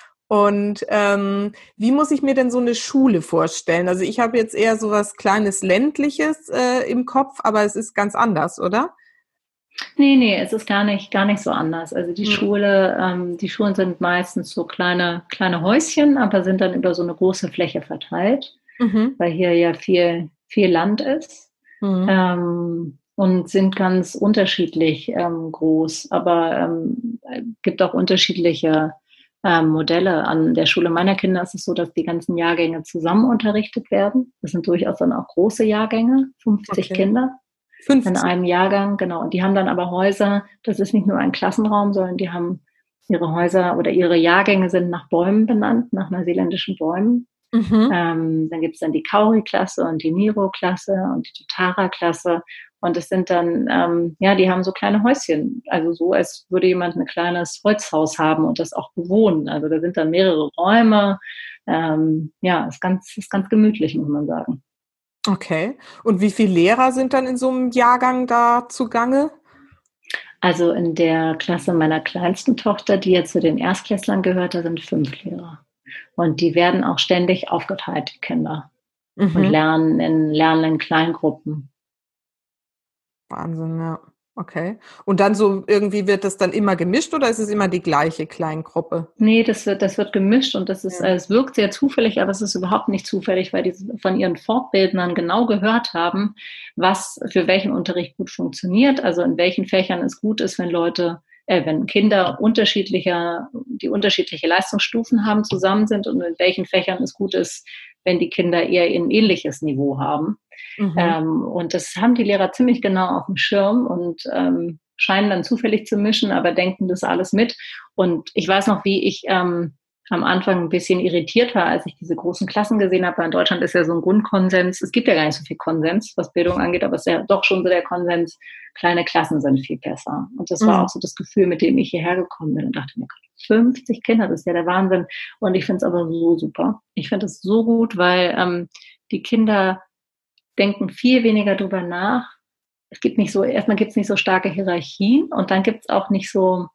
C: Und ähm, wie muss ich mir denn so eine Schule vorstellen? Also ich habe jetzt eher so was kleines Ländliches äh, im Kopf, aber es ist ganz anders, oder?
B: Nee, nee, es ist gar nicht, gar nicht so anders. Also die mhm. Schule, ähm, die Schulen sind meistens so kleine, kleine Häuschen, aber sind dann über so eine große Fläche verteilt, mhm. weil hier ja viel, viel Land ist. Mhm. Ähm, und sind ganz unterschiedlich ähm, groß, aber ähm, gibt auch unterschiedliche ähm, Modelle. An der Schule meiner Kinder ist es so, dass die ganzen Jahrgänge zusammen unterrichtet werden. Das sind durchaus dann auch große Jahrgänge, fünfzig okay. Kinder fünfzig in einem Jahrgang, genau. Und die haben dann aber Häuser, das ist nicht nur ein Klassenraum, sondern die haben ihre Häuser oder ihre Jahrgänge sind nach Bäumen benannt, nach neuseeländischen Bäumen. Mhm. Ähm, dann gibt es dann die Kauri-Klasse und die Niro-Klasse und die Tutara-Klasse. Und es sind dann, ähm, ja, die haben so kleine Häuschen. Also so, als würde jemand ein kleines Holzhaus haben und das auch bewohnen. Also da sind dann mehrere Räume. Ähm, ja, ist ganz, ist ganz gemütlich, muss man sagen.
C: Okay. Und wie viele Lehrer sind dann in so einem Jahrgang da zugange?
B: Also in der Klasse meiner kleinsten Tochter, die jetzt zu den Erstklässlern gehört, da sind fünf Lehrer. Und die werden auch ständig aufgeteilt, die Kinder. Mhm. Und lernen in, lernen in Kleingruppen.
C: Wahnsinn, ja. Okay. Und dann so irgendwie wird das dann immer gemischt oder ist es immer die gleiche Kleingruppe?
B: Nee, das wird, das wird gemischt und das ist, ja. es wirkt sehr zufällig, aber es ist überhaupt nicht zufällig, weil die von ihren Fortbildnern genau gehört haben, was für welchen Unterricht gut funktioniert, also in welchen Fächern es gut ist, wenn Leute äh, wenn Kinder unterschiedlicher, die unterschiedliche Leistungsstufen haben, zusammen sind und in welchen Fächern es gut ist, wenn die Kinder eher ein ähnliches Niveau haben. Mhm. Ähm, und das haben die Lehrer ziemlich genau auf dem Schirm und ähm, scheinen dann zufällig zu mischen, aber denken das alles mit. Und ich weiß noch, wie ich ähm, am Anfang ein bisschen irritiert war, als ich diese großen Klassen gesehen habe. Weil in Deutschland ist ja so ein Grundkonsens, es gibt ja gar nicht so viel Konsens, was Bildung angeht, aber es ist ja doch schon so der Konsens, kleine Klassen sind viel besser. Und das mhm. war auch so das Gefühl, mit dem ich hierher gekommen bin und dachte mir, fünfzig Kinder, das ist ja der Wahnsinn. Und ich finde es aber so super. Ich finde es so gut, weil ähm, die Kinder denken viel weniger drüber nach. Es gibt nicht so, erstmal gibt es nicht so starke Hierarchien und dann gibt es auch nicht so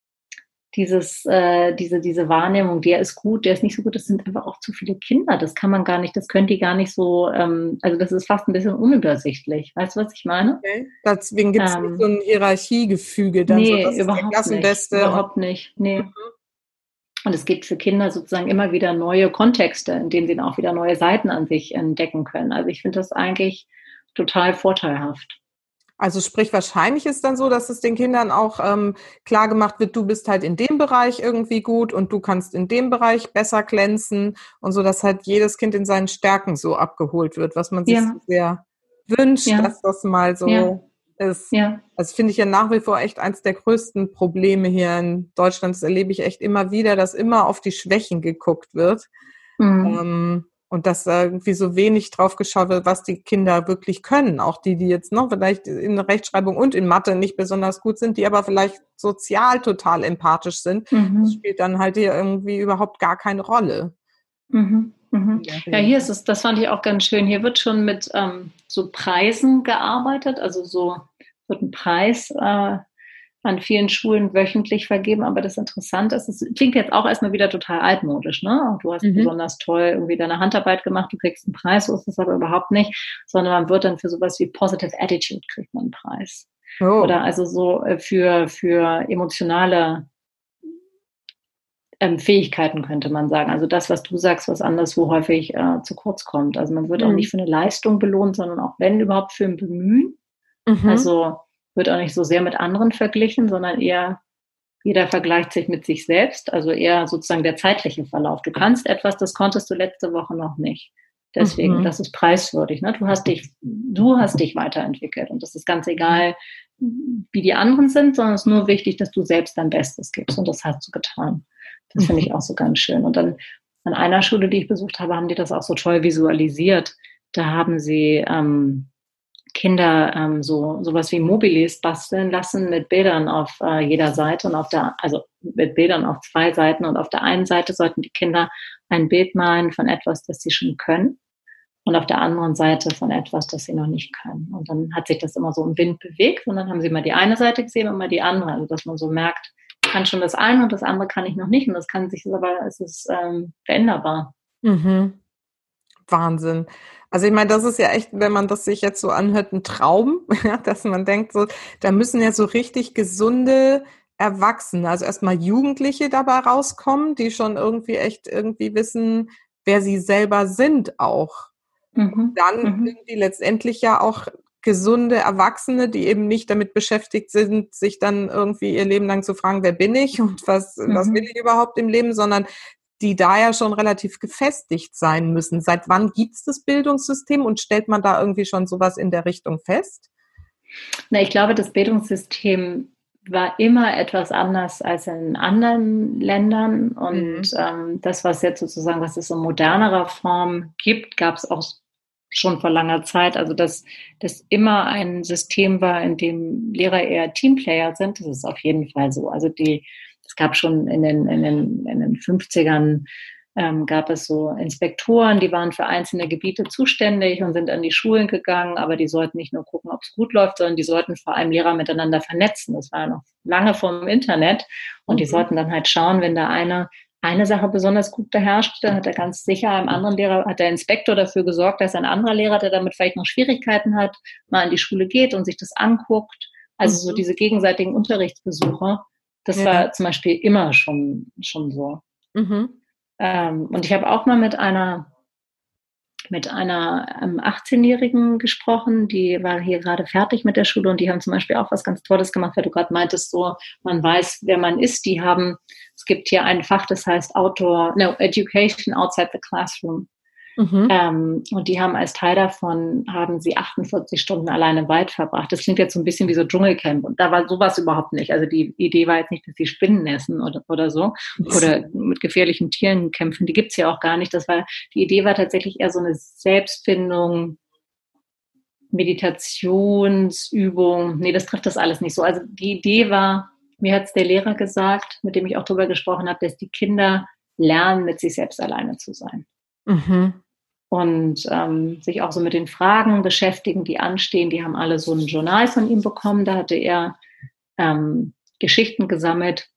B: dieses, äh, diese, diese Wahrnehmung, der ist gut, der ist nicht so gut, das sind einfach auch zu viele Kinder, das kann man gar nicht, das können die gar nicht so, ähm, also das ist fast ein bisschen unübersichtlich. Weißt du, was ich meine?
C: Okay. Deswegen gibt es ähm, nicht so ein Hierarchiegefüge, dann
B: nee,
C: so, das
B: überhaupt
C: ist der Klassenbeste.
B: Nicht, überhaupt nicht, nee. Mhm. Und es gibt für Kinder sozusagen immer wieder neue Kontexte, in denen sie dann auch wieder neue Seiten an sich entdecken können. Also ich finde das eigentlich total vorteilhaft.
C: Also sprich, wahrscheinlich ist dann so, dass es den Kindern auch ähm, klar gemacht wird, du bist halt in dem Bereich irgendwie gut und du kannst in dem Bereich besser glänzen und so, dass halt jedes Kind in seinen Stärken so abgeholt wird, was man sich ja. so sehr wünscht, ja. dass das mal so ja. ist. Ja. Also finde ich ja nach wie vor echt eins der größten Probleme hier in Deutschland. Das erlebe ich echt immer wieder, dass immer auf die Schwächen geguckt wird. Mhm. Ähm, Und dass irgendwie so wenig drauf geschaut wird, was die Kinder wirklich können. Auch die, die jetzt noch vielleicht in Rechtschreibung und in Mathe nicht besonders gut sind, die aber vielleicht sozial total empathisch sind. Mhm. Das spielt dann halt hier irgendwie überhaupt gar keine Rolle.
B: Mhm. Mhm. Ja, hier ist es, das fand ich auch ganz schön. Hier wird schon mit ähm, so Preisen gearbeitet. Also so wird ein Preis äh, an vielen Schulen wöchentlich vergeben, aber das Interessante ist, es klingt jetzt auch erstmal wieder total altmodisch, ne? Du hast mhm. besonders toll irgendwie deine Handarbeit gemacht, du kriegst einen Preis, so ist es aber überhaupt nicht, sondern man wird dann für sowas wie Positive Attitude kriegt man einen Preis. Oh. Oder also so für, für emotionale ähm, Fähigkeiten könnte man sagen. Also das, was du sagst, was anderswo häufig äh, zu kurz kommt. Also man wird mhm. auch nicht für eine Leistung belohnt, sondern auch wenn überhaupt für ein Bemühen. Mhm. Also wird auch nicht so sehr mit anderen verglichen, sondern eher jeder vergleicht sich mit sich selbst, also eher sozusagen der zeitliche Verlauf. Du kannst etwas, das konntest du letzte Woche noch nicht. Deswegen, mhm. das ist preiswürdig. Ne? Du hast dich, du hast dich weiterentwickelt und das ist ganz egal, wie die anderen sind, sondern es ist nur wichtig, dass du selbst dein Bestes gibst und das hast du getan. Das mhm. finde ich auch so ganz schön. Und dann an einer Schule, die ich besucht habe, haben die das auch so toll visualisiert. Da haben sie ähm, Kinder ähm, so sowas wie Mobilis basteln lassen mit Bildern auf äh, jeder Seite und auf der, also mit Bildern auf zwei Seiten und auf der einen Seite sollten die Kinder ein Bild malen von etwas, das sie schon können und auf der anderen Seite von etwas, das sie noch nicht können. Und dann hat sich das immer so im Wind bewegt und dann haben sie mal die eine Seite gesehen und mal die andere, also dass man so merkt, ich kann schon das eine und das andere kann ich noch nicht und das kann sich aber, es ist ähm, veränderbar.
C: Mhm. Wahnsinn. Also ich meine, das ist ja echt, wenn man das sich jetzt so anhört, ein Traum, ja, dass man denkt, so, da müssen ja so richtig gesunde Erwachsene, also erstmal Jugendliche dabei rauskommen, die schon irgendwie echt irgendwie wissen, wer sie selber sind auch. Mhm. Und dann mhm. irgendwie letztendlich ja auch gesunde Erwachsene, die eben nicht damit beschäftigt sind, sich dann irgendwie ihr Leben lang zu fragen, wer bin ich und was, mhm. was will ich überhaupt im Leben, sondern die da ja schon relativ gefestigt sein müssen. Seit wann gibt es das Bildungssystem und stellt man da irgendwie schon sowas in der Richtung fest?
B: Na, ich glaube, das Bildungssystem war immer etwas anders als in anderen Ländern und mhm. ähm, das, was jetzt sozusagen, was es in modernerer Form gibt, gab es auch schon vor langer Zeit. Also dass das immer ein System war, in dem Lehrer eher Teamplayer sind, das ist auf jeden Fall so. Also die Es gab schon in den, in den, in den fünfzigern ähm, gab es so Inspektoren, die waren für einzelne Gebiete zuständig und sind an die Schulen gegangen, aber die sollten nicht nur gucken, ob es gut läuft, sondern die sollten vor allem Lehrer miteinander vernetzen. Das war ja noch lange vor dem Internet und mhm. die sollten dann halt schauen, wenn da einer eine Sache besonders gut beherrscht, dann hat er ganz sicher einem anderen Lehrer, hat der Inspektor dafür gesorgt, dass ein anderer Lehrer, der damit vielleicht noch Schwierigkeiten hat, mal in die Schule geht und sich das anguckt. Also mhm. so diese gegenseitigen Unterrichtsbesuche. Das ja. war zum Beispiel immer schon, schon so. Mhm. Ähm, und ich habe auch mal mit einer mit einer ähm, achtzehnjährigen gesprochen, die war hier gerade fertig mit der Schule und die haben zum Beispiel auch was ganz Tolles gemacht, weil du gerade meintest, so, man weiß, wer man ist. Die haben, es gibt hier ein Fach, das heißt Outdoor, no, Education Outside the Classroom. Mhm. Ähm, und die haben als Teil davon, haben sie achtundvierzig Stunden alleine im Wald verbracht. Das klingt jetzt so ein bisschen wie so Dschungelcamp. Und da war sowas überhaupt nicht. Also die Idee war jetzt nicht, dass sie Spinnen essen oder, oder so. Oder mit gefährlichen Tieren kämpfen. Die gibt's ja auch gar nicht. Das war, die Idee war tatsächlich eher so eine Selbstfindung, Meditationsübung. Nee, das trifft das alles nicht so. Also die Idee war, mir hat's der Lehrer gesagt, mit dem ich auch drüber gesprochen habe, dass die Kinder lernen, mit sich selbst alleine zu sein. Mhm. Und ähm, sich auch so mit den Fragen beschäftigen, die anstehen. Die haben alle so ein Journal von ihm bekommen. Da hatte er ähm, Geschichten gesammelt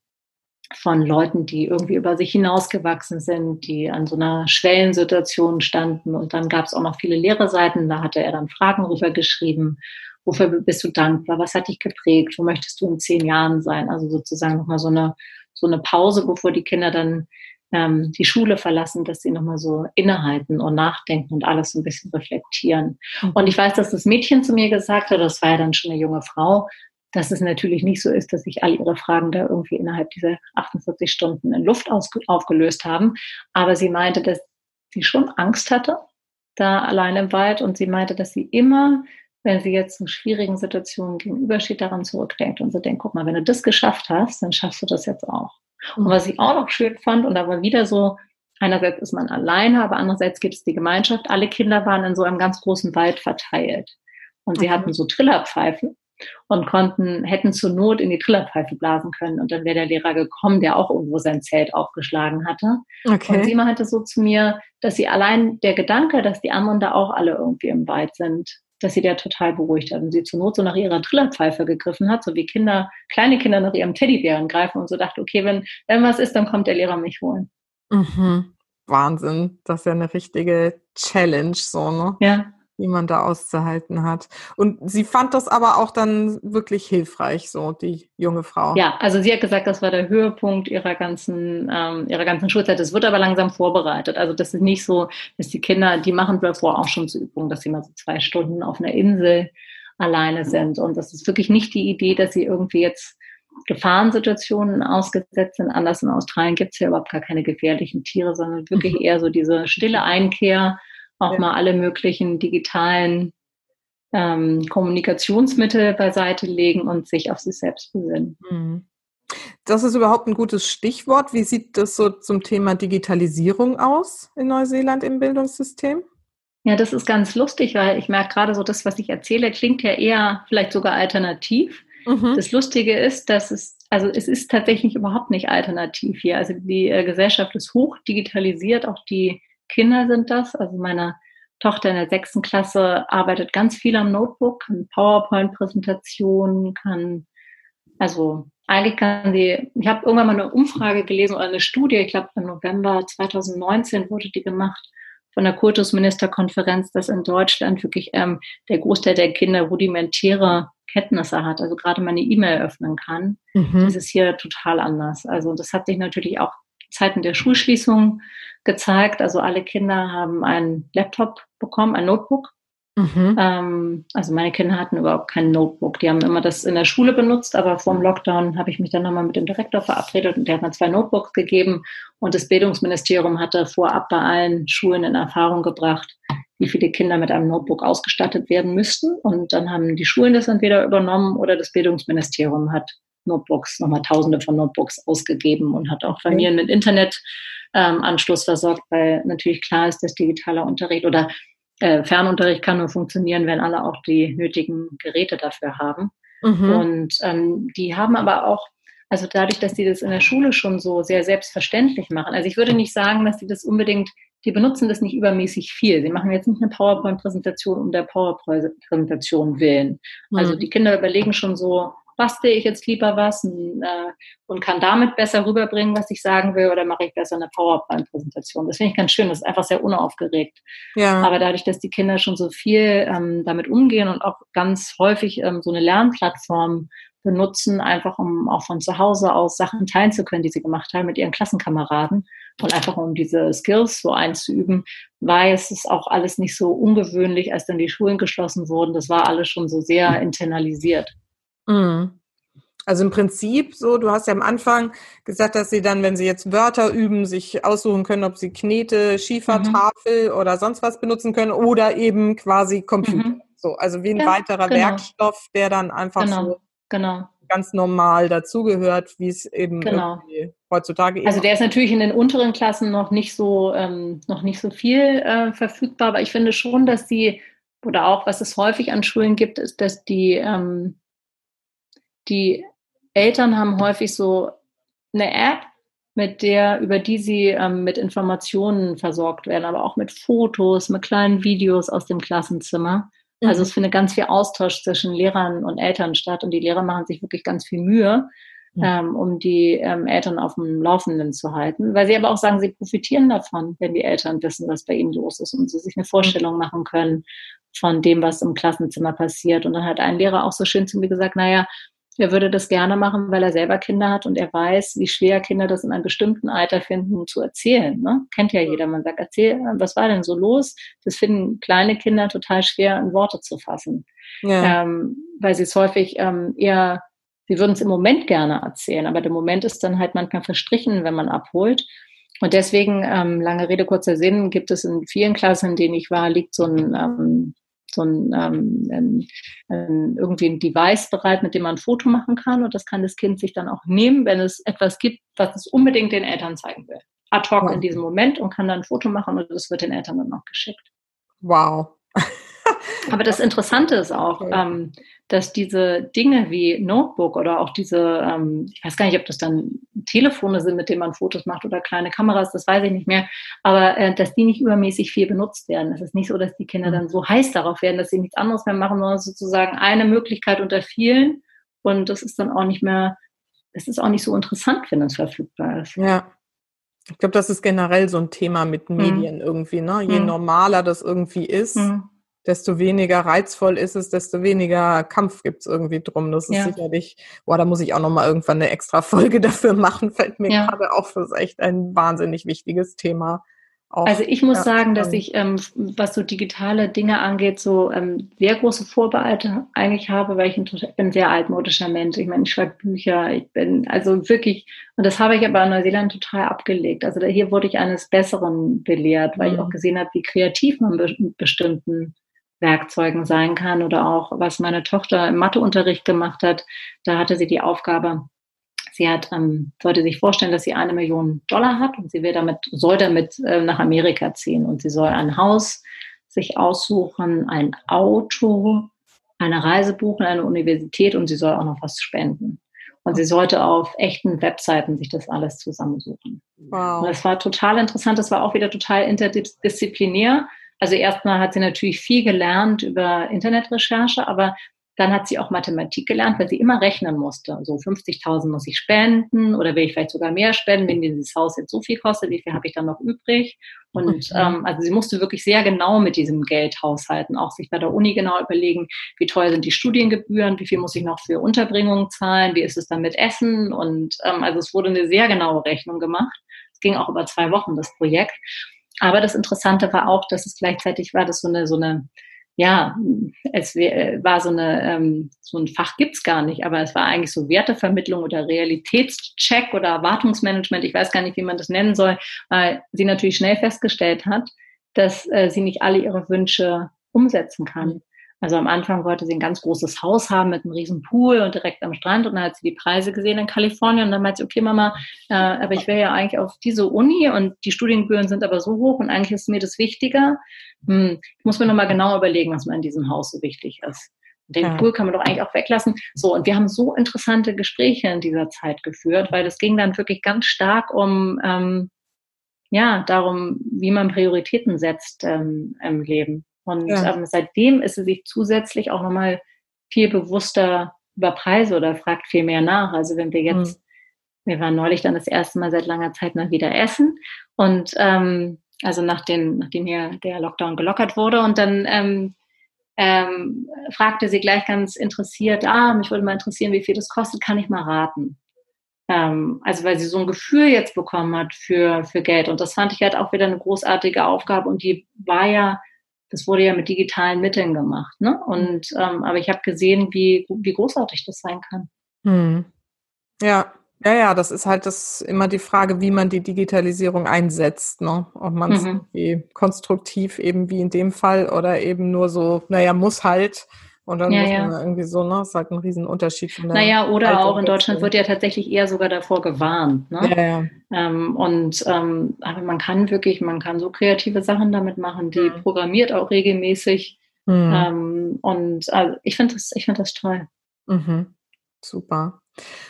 B: von Leuten, die irgendwie über sich hinausgewachsen sind, die an so einer Schwellensituation standen. Und dann gab es auch noch viele leere Seiten. Da hatte er dann Fragen rübergeschrieben. Wofür bist du dankbar? Was hat dich geprägt? Wo möchtest du in zehn Jahren sein? Also sozusagen nochmal so eine, so eine Pause, bevor die Kinder dann ähm, die Schule verlassen, dass sie nochmal so innehalten und nachdenken und alles so ein bisschen reflektieren. Mhm. Und ich weiß, dass das Mädchen zu mir gesagt hat, das war ja dann schon eine junge Frau, dass es natürlich nicht so ist, dass sich all ihre Fragen da irgendwie innerhalb dieser achtundvierzig Stunden in Luft aus, aufgelöst haben. Aber sie meinte, dass sie schon Angst hatte, da allein im Wald. Und sie meinte, dass sie immer, wenn sie jetzt in schwierigen Situationen gegenübersteht, daran zurückdenkt und so denkt, guck mal, wenn du das geschafft hast, dann schaffst du das jetzt auch. Und was ich auch noch schön fand, und da war wieder so, einerseits ist man alleine, aber andererseits gibt es die Gemeinschaft. Alle Kinder waren in so einem ganz großen Wald verteilt. Und sie okay. hatten so Trillerpfeifen und konnten, hätten zur Not in die Trillerpfeife blasen können. Und dann wäre der Lehrer gekommen, der auch irgendwo sein Zelt aufgeschlagen hatte. Okay. Und sie meinte so zu mir, dass sie allein der Gedanke, dass die anderen da auch alle irgendwie im Wald sind, dass sie der total beruhigt hat und sie zur Not so nach ihrer Trillerpfeife gegriffen hat, so wie Kinder, kleine Kinder nach ihrem Teddybären greifen und so dachte, okay, wenn, wenn was ist, dann kommt der Lehrer mich holen.
C: Mhm. Wahnsinn, das ist ja eine richtige Challenge, so, ne?
B: Ja.
C: Wie man da auszuhalten hat. Und sie fand das aber auch dann wirklich hilfreich, so die junge Frau.
B: Ja, also sie hat gesagt, das war der Höhepunkt ihrer ganzen, ähm, ihrer ganzen Schulzeit. Das wird aber langsam vorbereitet. Also das ist nicht so, dass die Kinder, die machen davor auch schon zur Übung, dass sie mal so zwei Stunden auf einer Insel alleine sind. Und das ist wirklich nicht die Idee, dass sie irgendwie jetzt Gefahrensituationen ausgesetzt sind. Anders in Australien gibt es ja überhaupt gar keine gefährlichen Tiere, sondern wirklich mhm. eher so diese stille Einkehr, auch ja. mal alle möglichen digitalen ähm, Kommunikationsmittel beiseite legen und sich auf sich selbst besinnen.
C: Das ist überhaupt ein gutes Stichwort. Wie sieht das so zum Thema Digitalisierung aus in Neuseeland im Bildungssystem?
B: Ja, das ist ganz lustig, weil ich merke gerade so, das, was ich erzähle, klingt ja eher vielleicht sogar alternativ. Mhm. Das Lustige ist, dass es, also es ist tatsächlich überhaupt nicht alternativ hier. Also die äh, Gesellschaft ist hoch digitalisiert, auch die Kinder sind das. Also meine Tochter in der sechsten Klasse arbeitet ganz viel am Notebook, kann PowerPoint-Präsentationen, kann, also eigentlich kann sie, ich habe irgendwann mal eine Umfrage gelesen oder eine Studie, ich glaube im November zweitausendneunzehn wurde die gemacht, von der Kultusministerkonferenz, dass in Deutschland wirklich ähm, der Großteil der Kinder rudimentäre Kenntnisse hat, also gerade mal eine E-Mail öffnen kann. Mhm. Das ist hier total anders. Also das hat sich natürlich auch Zeiten der Schulschließung gezeigt. Also alle Kinder haben einen Laptop bekommen, ein Notebook. Mhm. Ähm, also meine Kinder hatten überhaupt kein Notebook. Die haben immer das in der Schule benutzt, aber vor dem Lockdown habe ich mich dann nochmal mit dem Direktor verabredet und der hat mir zwei Notebooks gegeben und das Bildungsministerium hatte vorab bei allen Schulen in Erfahrung gebracht, wie viele Kinder mit einem Notebook ausgestattet werden müssten. Und dann haben die Schulen das entweder übernommen oder das Bildungsministerium hat Notebooks, nochmal Tausende von Notebooks ausgegeben und hat auch Familien mit Internetanschluss ähm, versorgt, weil natürlich klar ist, dass digitaler Unterricht oder äh, Fernunterricht kann nur funktionieren, wenn alle auch die nötigen Geräte dafür haben. Mhm. Und ähm, die haben aber auch, also dadurch, dass die das in der Schule schon so sehr selbstverständlich machen, also ich würde nicht sagen, dass die das unbedingt, die benutzen das nicht übermäßig viel. Sie machen jetzt nicht eine PowerPoint-Präsentation um der PowerPoint-Präsentation willen. Mhm. Also die Kinder überlegen schon so, bastel ich jetzt lieber was und, äh, und kann damit besser rüberbringen, was ich sagen will, oder mache ich besser eine PowerPoint-Präsentation. Das finde ich ganz schön, das ist einfach sehr unaufgeregt. Ja. Aber dadurch, dass die Kinder schon so viel ähm, damit umgehen und auch ganz häufig ähm, so eine Lernplattform benutzen, einfach um auch von zu Hause aus Sachen teilen zu können, die sie gemacht haben mit ihren Klassenkameraden, und einfach um diese Skills so einzuüben, war es ist auch alles nicht so ungewöhnlich, als dann die Schulen geschlossen wurden. Das war alles schon so sehr internalisiert.
C: Mhm. Also im Prinzip so, du hast ja am Anfang gesagt, dass sie dann, wenn sie jetzt Wörter üben, sich aussuchen können, ob sie Knete, Schiefertafel mhm. oder sonst was benutzen können oder eben quasi Computer. Mhm. So, also wie ein ja, weiterer genau. Werkstoff, der dann einfach
B: genau.
C: so
B: genau.
C: ganz normal dazugehört, wie es eben
B: genau.
C: heutzutage eben
B: Also der ist natürlich in den unteren Klassen noch nicht so ähm, noch nicht so viel äh, verfügbar, aber ich finde schon, dass die, oder auch was es häufig an Schulen gibt, ist, dass die ähm, die Eltern haben häufig so eine App, mit der, über die sie ähm, mit Informationen versorgt werden, aber auch mit Fotos, mit kleinen Videos aus dem Klassenzimmer. Mhm. Also es findet ganz viel Austausch zwischen Lehrern und Eltern statt und die Lehrer machen sich wirklich ganz viel Mühe, mhm. ähm, um die ähm, Eltern auf dem Laufenden zu halten, weil sie aber auch sagen, sie profitieren davon, wenn die Eltern wissen, was bei ihnen los ist und sie sich eine Vorstellung machen können von dem, was im Klassenzimmer passiert. Und dann hat ein Lehrer auch so schön zu mir gesagt, naja, er würde das gerne machen, weil er selber Kinder hat und er weiß, wie schwer Kinder das in einem bestimmten Alter finden, zu erzählen. Ne? Kennt ja jeder. Man sagt, erzähl, was war denn so los? Das finden kleine Kinder total schwer, in Worte zu fassen. Ja. Ähm, weil sie es häufig ähm, eher, sie würden es im Moment gerne erzählen, aber der Moment ist dann halt manchmal verstrichen, wenn man abholt. Und deswegen, ähm, lange Rede, kurzer Sinn, gibt es in vielen Klassen, in denen ich war, liegt so ein ähm, so ein, ähm, ein, ein, irgendwie ein Device bereit, mit dem man ein Foto machen kann und das kann das Kind sich dann auch nehmen, wenn es etwas gibt, was es unbedingt den Eltern zeigen will. Ad hoc wow. in diesem Moment und kann dann ein Foto machen und das wird den Eltern dann auch geschickt.
C: Wow.
B: Aber das Interessante ist auch, okay. ähm, dass diese Dinge wie Notebook oder auch diese, ähm, ich weiß gar nicht, ob das dann Telefone sind, mit denen man Fotos macht oder kleine Kameras, das weiß ich nicht mehr, aber äh, dass die nicht übermäßig viel benutzt werden. Es ist nicht so, dass die Kinder mhm. dann so heiß darauf werden, dass sie nichts anderes mehr machen, sondern sozusagen eine Möglichkeit unter vielen und das ist dann auch nicht mehr, es ist auch nicht so interessant, wenn es verfügbar ist.
C: Ja. Ich glaube, das ist generell so ein Thema mit Medien mhm. irgendwie, ne? Je mhm. normaler das irgendwie ist, mhm. desto weniger reizvoll ist es, desto weniger Kampf gibt es irgendwie drum. Das ist ja. sicherlich, boah, da muss ich auch nochmal irgendwann eine extra Folge dafür machen, fällt mir ja. gerade auf, das ist echt ein wahnsinnig wichtiges Thema. Auch,
B: also ich muss
C: ja,
B: sagen, dass ich, ähm, was so digitale Dinge angeht, so ähm, sehr große Vorbehalte eigentlich habe, weil ich ein, ich bin ein sehr altmodischer Mensch. Ich meine, ich schreibe Bücher, ich bin also wirklich, und das habe ich aber in Neuseeland total abgelegt. Also da, hier wurde ich eines Besseren belehrt, weil mhm. ich auch gesehen habe, wie kreativ man be- mit bestimmten Werkzeugen sein kann oder auch, was meine Tochter im Matheunterricht gemacht hat. Da hatte sie die Aufgabe, sie hat, ähm, sollte sich vorstellen, dass sie eine Million Dollar hat und sie will damit, soll damit äh, nach Amerika ziehen und sie soll ein Haus sich aussuchen, ein Auto, eine Reise buchen, eine Universität und sie soll auch noch was spenden. Und sie sollte auf echten Webseiten sich das alles zusammensuchen. Wow. Und das war total interessant, das war auch wieder total interdisziplinär. Also erstmal hat sie natürlich viel gelernt über Internetrecherche, aber dann hat sie auch Mathematik gelernt, weil sie immer rechnen musste. So fünfzigtausend muss ich spenden oder will ich vielleicht sogar mehr spenden, wenn dieses Haus jetzt so viel kostet, wie viel habe ich dann noch übrig? Und ähm, also sie musste wirklich sehr genau mit diesem Geld haushalten, auch sich bei der Uni genau überlegen, wie teuer sind die Studiengebühren, wie viel muss ich noch für Unterbringung zahlen, wie ist es dann mit Essen? Und ähm, also es wurde eine sehr genaue Rechnung gemacht. Es ging auch über zwei Wochen, das Projekt. Aber das Interessante war auch, dass es gleichzeitig war, dass so eine, so eine, ja, es war so eine, ähm, so ein Fach gibt's gar nicht, aber es war eigentlich so Wertevermittlung oder Realitätscheck oder Erwartungsmanagement, ich weiß gar nicht, wie man das nennen soll, weil sie natürlich schnell festgestellt hat, dass äh, sie nicht alle ihre Wünsche umsetzen kann. Also am Anfang wollte sie ein ganz großes Haus haben mit einem riesen Pool und direkt am Strand und dann hat sie die Preise gesehen in Kalifornien und dann meinte sie, okay Mama, äh, aber ich will ja eigentlich auf diese Uni und die Studiengebühren sind aber so hoch und eigentlich ist mir das wichtiger. Hm, ich muss mir nochmal genau überlegen, was mir in diesem Haus so wichtig ist. Und den ja. Pool kann man doch eigentlich auch weglassen. So, und wir haben so interessante Gespräche in dieser Zeit geführt, weil das ging dann wirklich ganz stark um, ähm, ja, darum, wie man Prioritäten setzt ähm, im Leben. Und ja. ähm, seitdem ist sie sich zusätzlich auch nochmal viel bewusster über Preise oder fragt viel mehr nach. Also wenn wir jetzt, mhm. wir waren neulich dann das erste Mal seit langer Zeit mal wieder essen und ähm, also nach den, nachdem hier der Lockdown gelockert wurde und dann ähm, ähm, fragte sie gleich ganz interessiert, ah, mich würde mal interessieren, wie viel das kostet, kann ich mal raten. ähm, also weil sie so ein Gefühl jetzt bekommen hat für, für Geld. Und das fand ich halt auch wieder eine großartige Aufgabe. Und die war ja, das wurde ja mit digitalen Mitteln gemacht. Ne? Und ähm, aber ich habe gesehen, wie, wie großartig das sein kann.
C: Hm. Ja, ja, ja, das ist halt das immer die Frage, wie man die Digitalisierung einsetzt, ne? Ob man es
B: Mhm.
C: irgendwie konstruktiv eben wie in dem Fall oder eben nur so, naja, muss halt. Und dann
B: Ja,
C: muss man
B: ja.
C: irgendwie so, ne? Ist halt ein Riesenunterschied von der
B: Naja, oder auch
C: Haltung
B: in Deutschland
C: dazu.
B: wird ja tatsächlich eher sogar davor gewarnt. Ne?
C: Ja, ja.
B: Ähm, und ähm, aber man kann wirklich, man kann so kreative Sachen damit machen, die
C: Hm.
B: programmiert auch regelmäßig.
C: Hm.
B: Ähm, und also ich finde das, ich finde das toll.
C: Mhm. Super.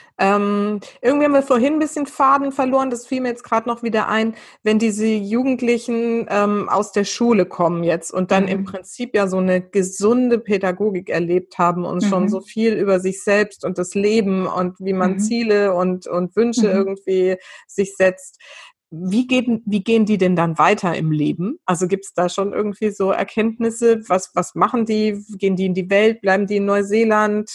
C: Ähm, irgendwie haben wir vorhin ein bisschen Faden verloren, das fiel mir jetzt gerade noch wieder ein, wenn diese Jugendlichen ähm, aus der Schule kommen jetzt und dann im
B: Mhm.
C: Prinzip ja so eine gesunde Pädagogik erlebt haben und schon so
B: Mhm.
C: viel über sich selbst und das Leben und wie man
B: Mhm.
C: Ziele und, und Wünsche
B: Mhm.
C: irgendwie sich setzt. Wie gehen, wie gehen die denn dann weiter im Leben? Also gibt es da schon irgendwie so Erkenntnisse? Was, was machen die? Gehen die in die Welt? Bleiben die in Neuseeland?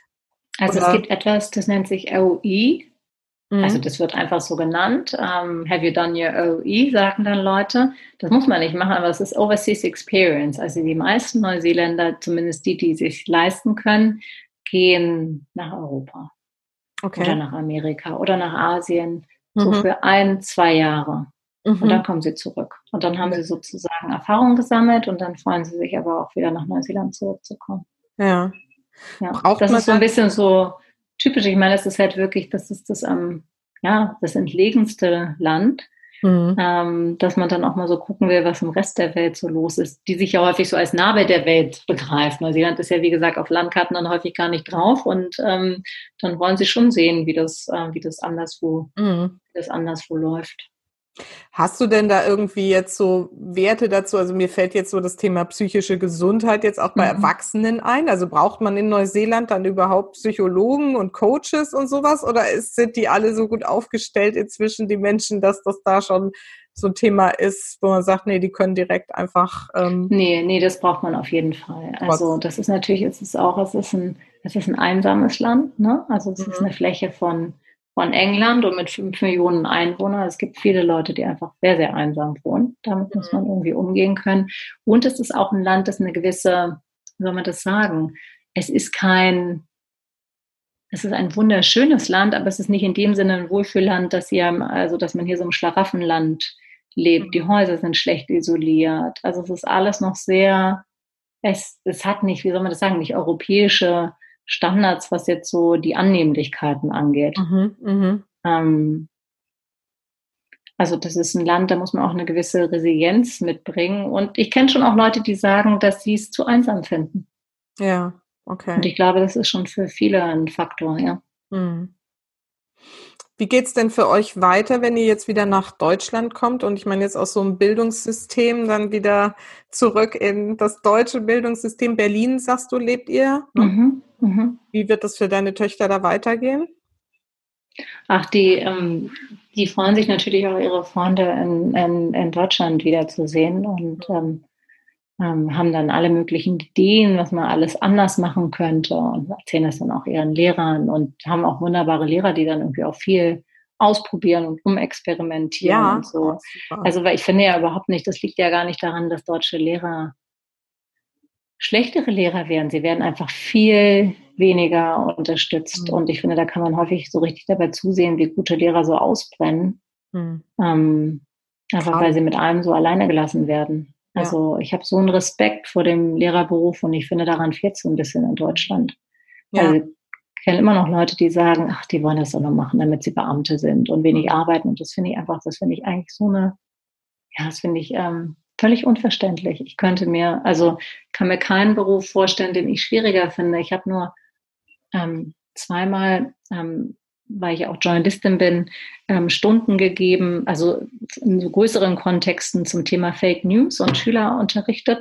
B: Also es
C: Oder?
B: gibt etwas, das nennt sich O E. Also
C: Mhm.
B: das wird einfach so genannt. Um, have you done your O E, sagen dann Leute. Das muss man nicht machen, aber es ist Overseas Experience. Also die meisten Neuseeländer, zumindest die, die sich leisten können, gehen nach Europa oder
C: Okay.
B: nach Amerika oder nach Asien, so
C: Mhm.
B: für ein, zwei Jahre. Und
C: Mhm.
B: dann kommen sie zurück. Und dann haben
C: Ja.
B: sie sozusagen Erfahrung gesammelt und dann freuen sie sich aber auch wieder nach Neuseeland zurückzukommen.
C: Ja.
B: Ja,
C: Braucht
B: das
C: man
B: ist so ein
C: dann?
B: bisschen so typisch. Ich meine, es ist halt wirklich, das ist das am, ja, das entlegenste Land,
C: Mhm.
B: ähm, dass man dann auch mal so gucken will, was im Rest der Welt so los ist, die sich ja häufig so als Nabel der Welt begreift. Neuseeland ist ja, wie gesagt, auf Landkarten dann häufig gar nicht drauf und ähm, dann wollen sie schon sehen, wie das, äh, wie das anderswo,
C: Mhm.
B: wie das anderswo läuft.
C: Hast du denn da irgendwie jetzt so Werte dazu? Also mir fällt jetzt so das Thema psychische Gesundheit jetzt auch bei
B: Mhm.
C: Erwachsenen ein. Also braucht man in Neuseeland dann überhaupt Psychologen und Coaches und sowas? Oder ist, sind die alle so gut aufgestellt inzwischen, die Menschen, dass das da schon so ein Thema ist, wo man sagt, nee, die können direkt einfach ähm,
B: Nee, nee, das braucht man auf jeden Fall. Also
C: trotz.
B: das ist natürlich, es ist auch, es ist ein, es ist ein einsames Land, ne? Also es ist
C: Mhm.
B: eine Fläche von, von England und mit fünf Millionen Einwohnern. Es gibt viele Leute, die einfach sehr, sehr einsam wohnen. Damit muss man irgendwie umgehen können. Und es ist auch ein Land, das eine gewisse, wie soll man das sagen? Es ist kein, es ist ein wunderschönes Land, aber es ist nicht in dem Sinne ein Wohlfühlland, dass hier, also dass man hier so im Schlaraffenland lebt. Die
C: Mhm.
B: Häuser sind schlecht isoliert. Also es ist alles noch sehr, es, es hat nicht, wie soll man das sagen, nicht europäische Standards, was jetzt so die Annehmlichkeiten angeht.
C: Mhm. Mhm.
B: Ähm, also das ist ein Land, da muss man auch eine gewisse Resilienz mitbringen. Und ich kenne schon auch Leute, die sagen, dass sie es zu einsam finden.
C: Ja,
B: Und
C: okay.
B: ich glaube, das ist schon für viele ein Faktor, ja.
C: Mhm. Wie geht's denn für euch weiter, wenn ihr jetzt wieder nach Deutschland kommt und ich meine jetzt aus so einem Bildungssystem dann wieder zurück in das deutsche Bildungssystem? Berlin, sagst du, lebt ihr, ne?
B: Mhm, mhm.
C: Wie wird das für deine Töchter da weitergehen?
B: Ach, die, ähm, die freuen sich natürlich auch, ihre Freunde in, in, in Deutschland wiederzusehen und ähm, ähm, haben dann alle möglichen Ideen, was man alles anders machen könnte und erzählen das dann auch ihren Lehrern und haben auch wunderbare Lehrer, die dann irgendwie auch viel ausprobieren und rumexperimentieren und
C: Ja, oh,
B: so.
C: super.
B: Also, weil ich finde ja überhaupt nicht, das liegt ja gar nicht daran, dass deutsche Lehrer schlechtere Lehrer wären. Sie werden einfach viel weniger unterstützt.
C: Hm.
B: Und ich finde, da kann man häufig so richtig dabei zusehen, wie gute Lehrer so ausbrennen.
C: Hm.
B: Ähm, einfach weil
C: Schade.
B: sie mit allem so alleine gelassen werden.
C: Ja.
B: Also ich habe so einen Respekt vor dem Lehrerberuf und ich finde, daran fehlt so ein bisschen in Deutschland.
C: Ja.
B: Also ich kenne immer noch Leute, die sagen, ach, die wollen das doch noch machen, damit sie Beamte sind und wenig arbeiten. Und das finde ich einfach, das finde ich eigentlich so eine, ja, das finde ich ähm, völlig unverständlich. Ich könnte mir, also kann mir keinen Beruf vorstellen, den ich schwieriger finde. Ich habe nur ähm, zweimal, ähm, weil ich auch Journalistin bin, ähm, Stunden gegeben, also in so größeren Kontexten zum Thema Fake News und Schüler unterrichtet.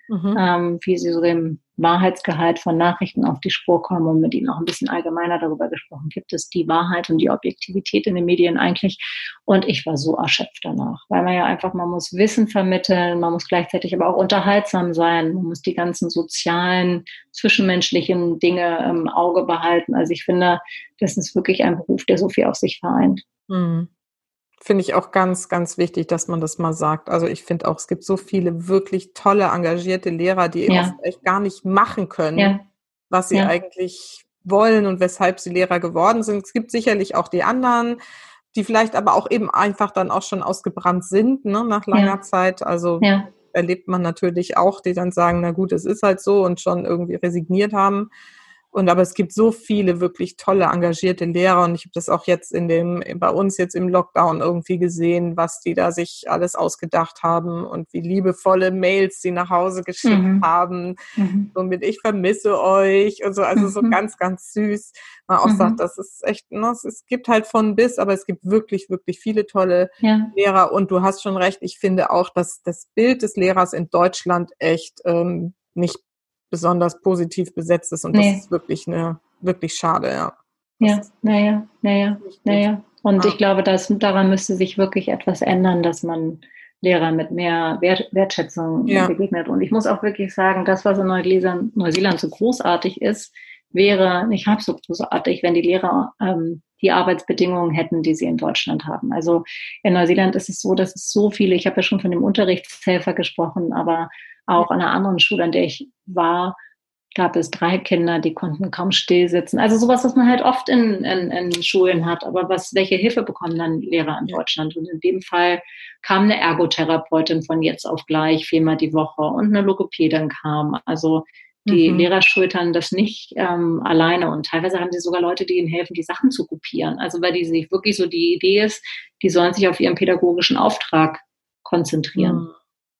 B: mhm. ähm, wie sie so dem Wahrheitsgehalt von Nachrichten auf die Spur kommen und mit ihnen auch ein bisschen allgemeiner darüber gesprochen. Gibt es die Wahrheit und die Objektivität in den Medien eigentlich? Und ich war so erschöpft danach, weil man ja einfach, man muss Wissen vermitteln, man muss gleichzeitig aber auch unterhaltsam sein, man muss die ganzen sozialen, zwischenmenschlichen Dinge im Auge behalten. Also ich finde, das ist wirklich ein Beruf, der so viel auf sich vereint.
C: Mhm. Finde ich auch ganz, ganz wichtig, dass man das mal sagt. Also ich finde auch, es gibt so viele wirklich tolle, engagierte Lehrer, die
B: ja.
C: oft echt gar nicht machen können,
B: ja.
C: was sie
B: ja.
C: eigentlich wollen und weshalb sie Lehrer geworden sind. Es gibt sicherlich auch die anderen, die vielleicht aber auch eben einfach dann auch schon ausgebrannt sind, ne, nach langer
B: ja.
C: Zeit. Also
B: ja.
C: erlebt man natürlich auch, die dann sagen, na gut, es ist halt so und schon irgendwie resigniert haben. Und aber es gibt so viele wirklich tolle, engagierte Lehrer und ich habe das auch jetzt in dem, bei uns jetzt im Lockdown irgendwie gesehen, was die da sich alles ausgedacht haben und wie liebevolle Mails sie nach Hause geschickt
B: mhm.
C: haben.
B: Mhm.
C: So mit ich vermisse euch und so, also so
B: mhm.
C: ganz, ganz süß. Man auch mhm. sagt, das ist echt, ne, es gibt halt von bis, aber es gibt wirklich, wirklich viele tolle
B: ja.
C: Lehrer und du hast schon recht, ich finde auch, dass das Bild des Lehrers in Deutschland echt ähm, nicht besonders positiv besetzt ist und
B: nee.
C: das ist wirklich eine wirklich schade, ja.
B: Das ja, naja, naja, naja. Und ja. ich glaube, dass daran müsste sich wirklich etwas ändern, dass man Lehrer mit mehr Wert, Wertschätzung ja. begegnet. Und ich muss auch wirklich sagen, das, was in Neuseeland, Neuseeland so großartig ist, wäre nicht halb so großartig, wenn die Lehrer ähm, die Arbeitsbedingungen hätten, die sie in Deutschland haben. Also in Neuseeland ist es so, dass es so viele, ich habe ja schon von dem Unterrichtshelfer gesprochen, aber auch an einer anderen Schule, an der ich war, gab es drei Kinder, die konnten kaum still sitzen. Also sowas, was man halt oft in, in, in Schulen hat. Aber was, welche Hilfe bekommen dann Lehrer in Deutschland? Und in dem Fall kam eine Ergotherapeutin von jetzt auf gleich viermal die Woche und eine Logopädin kam. Also die mhm. Lehrer schultern das nicht ähm, alleine. Und teilweise haben sie sogar Leute, die ihnen helfen, die Sachen zu kopieren. Also weil die sich wirklich so, die Idee ist, die sollen sich auf ihren pädagogischen Auftrag konzentrieren.
C: Mhm.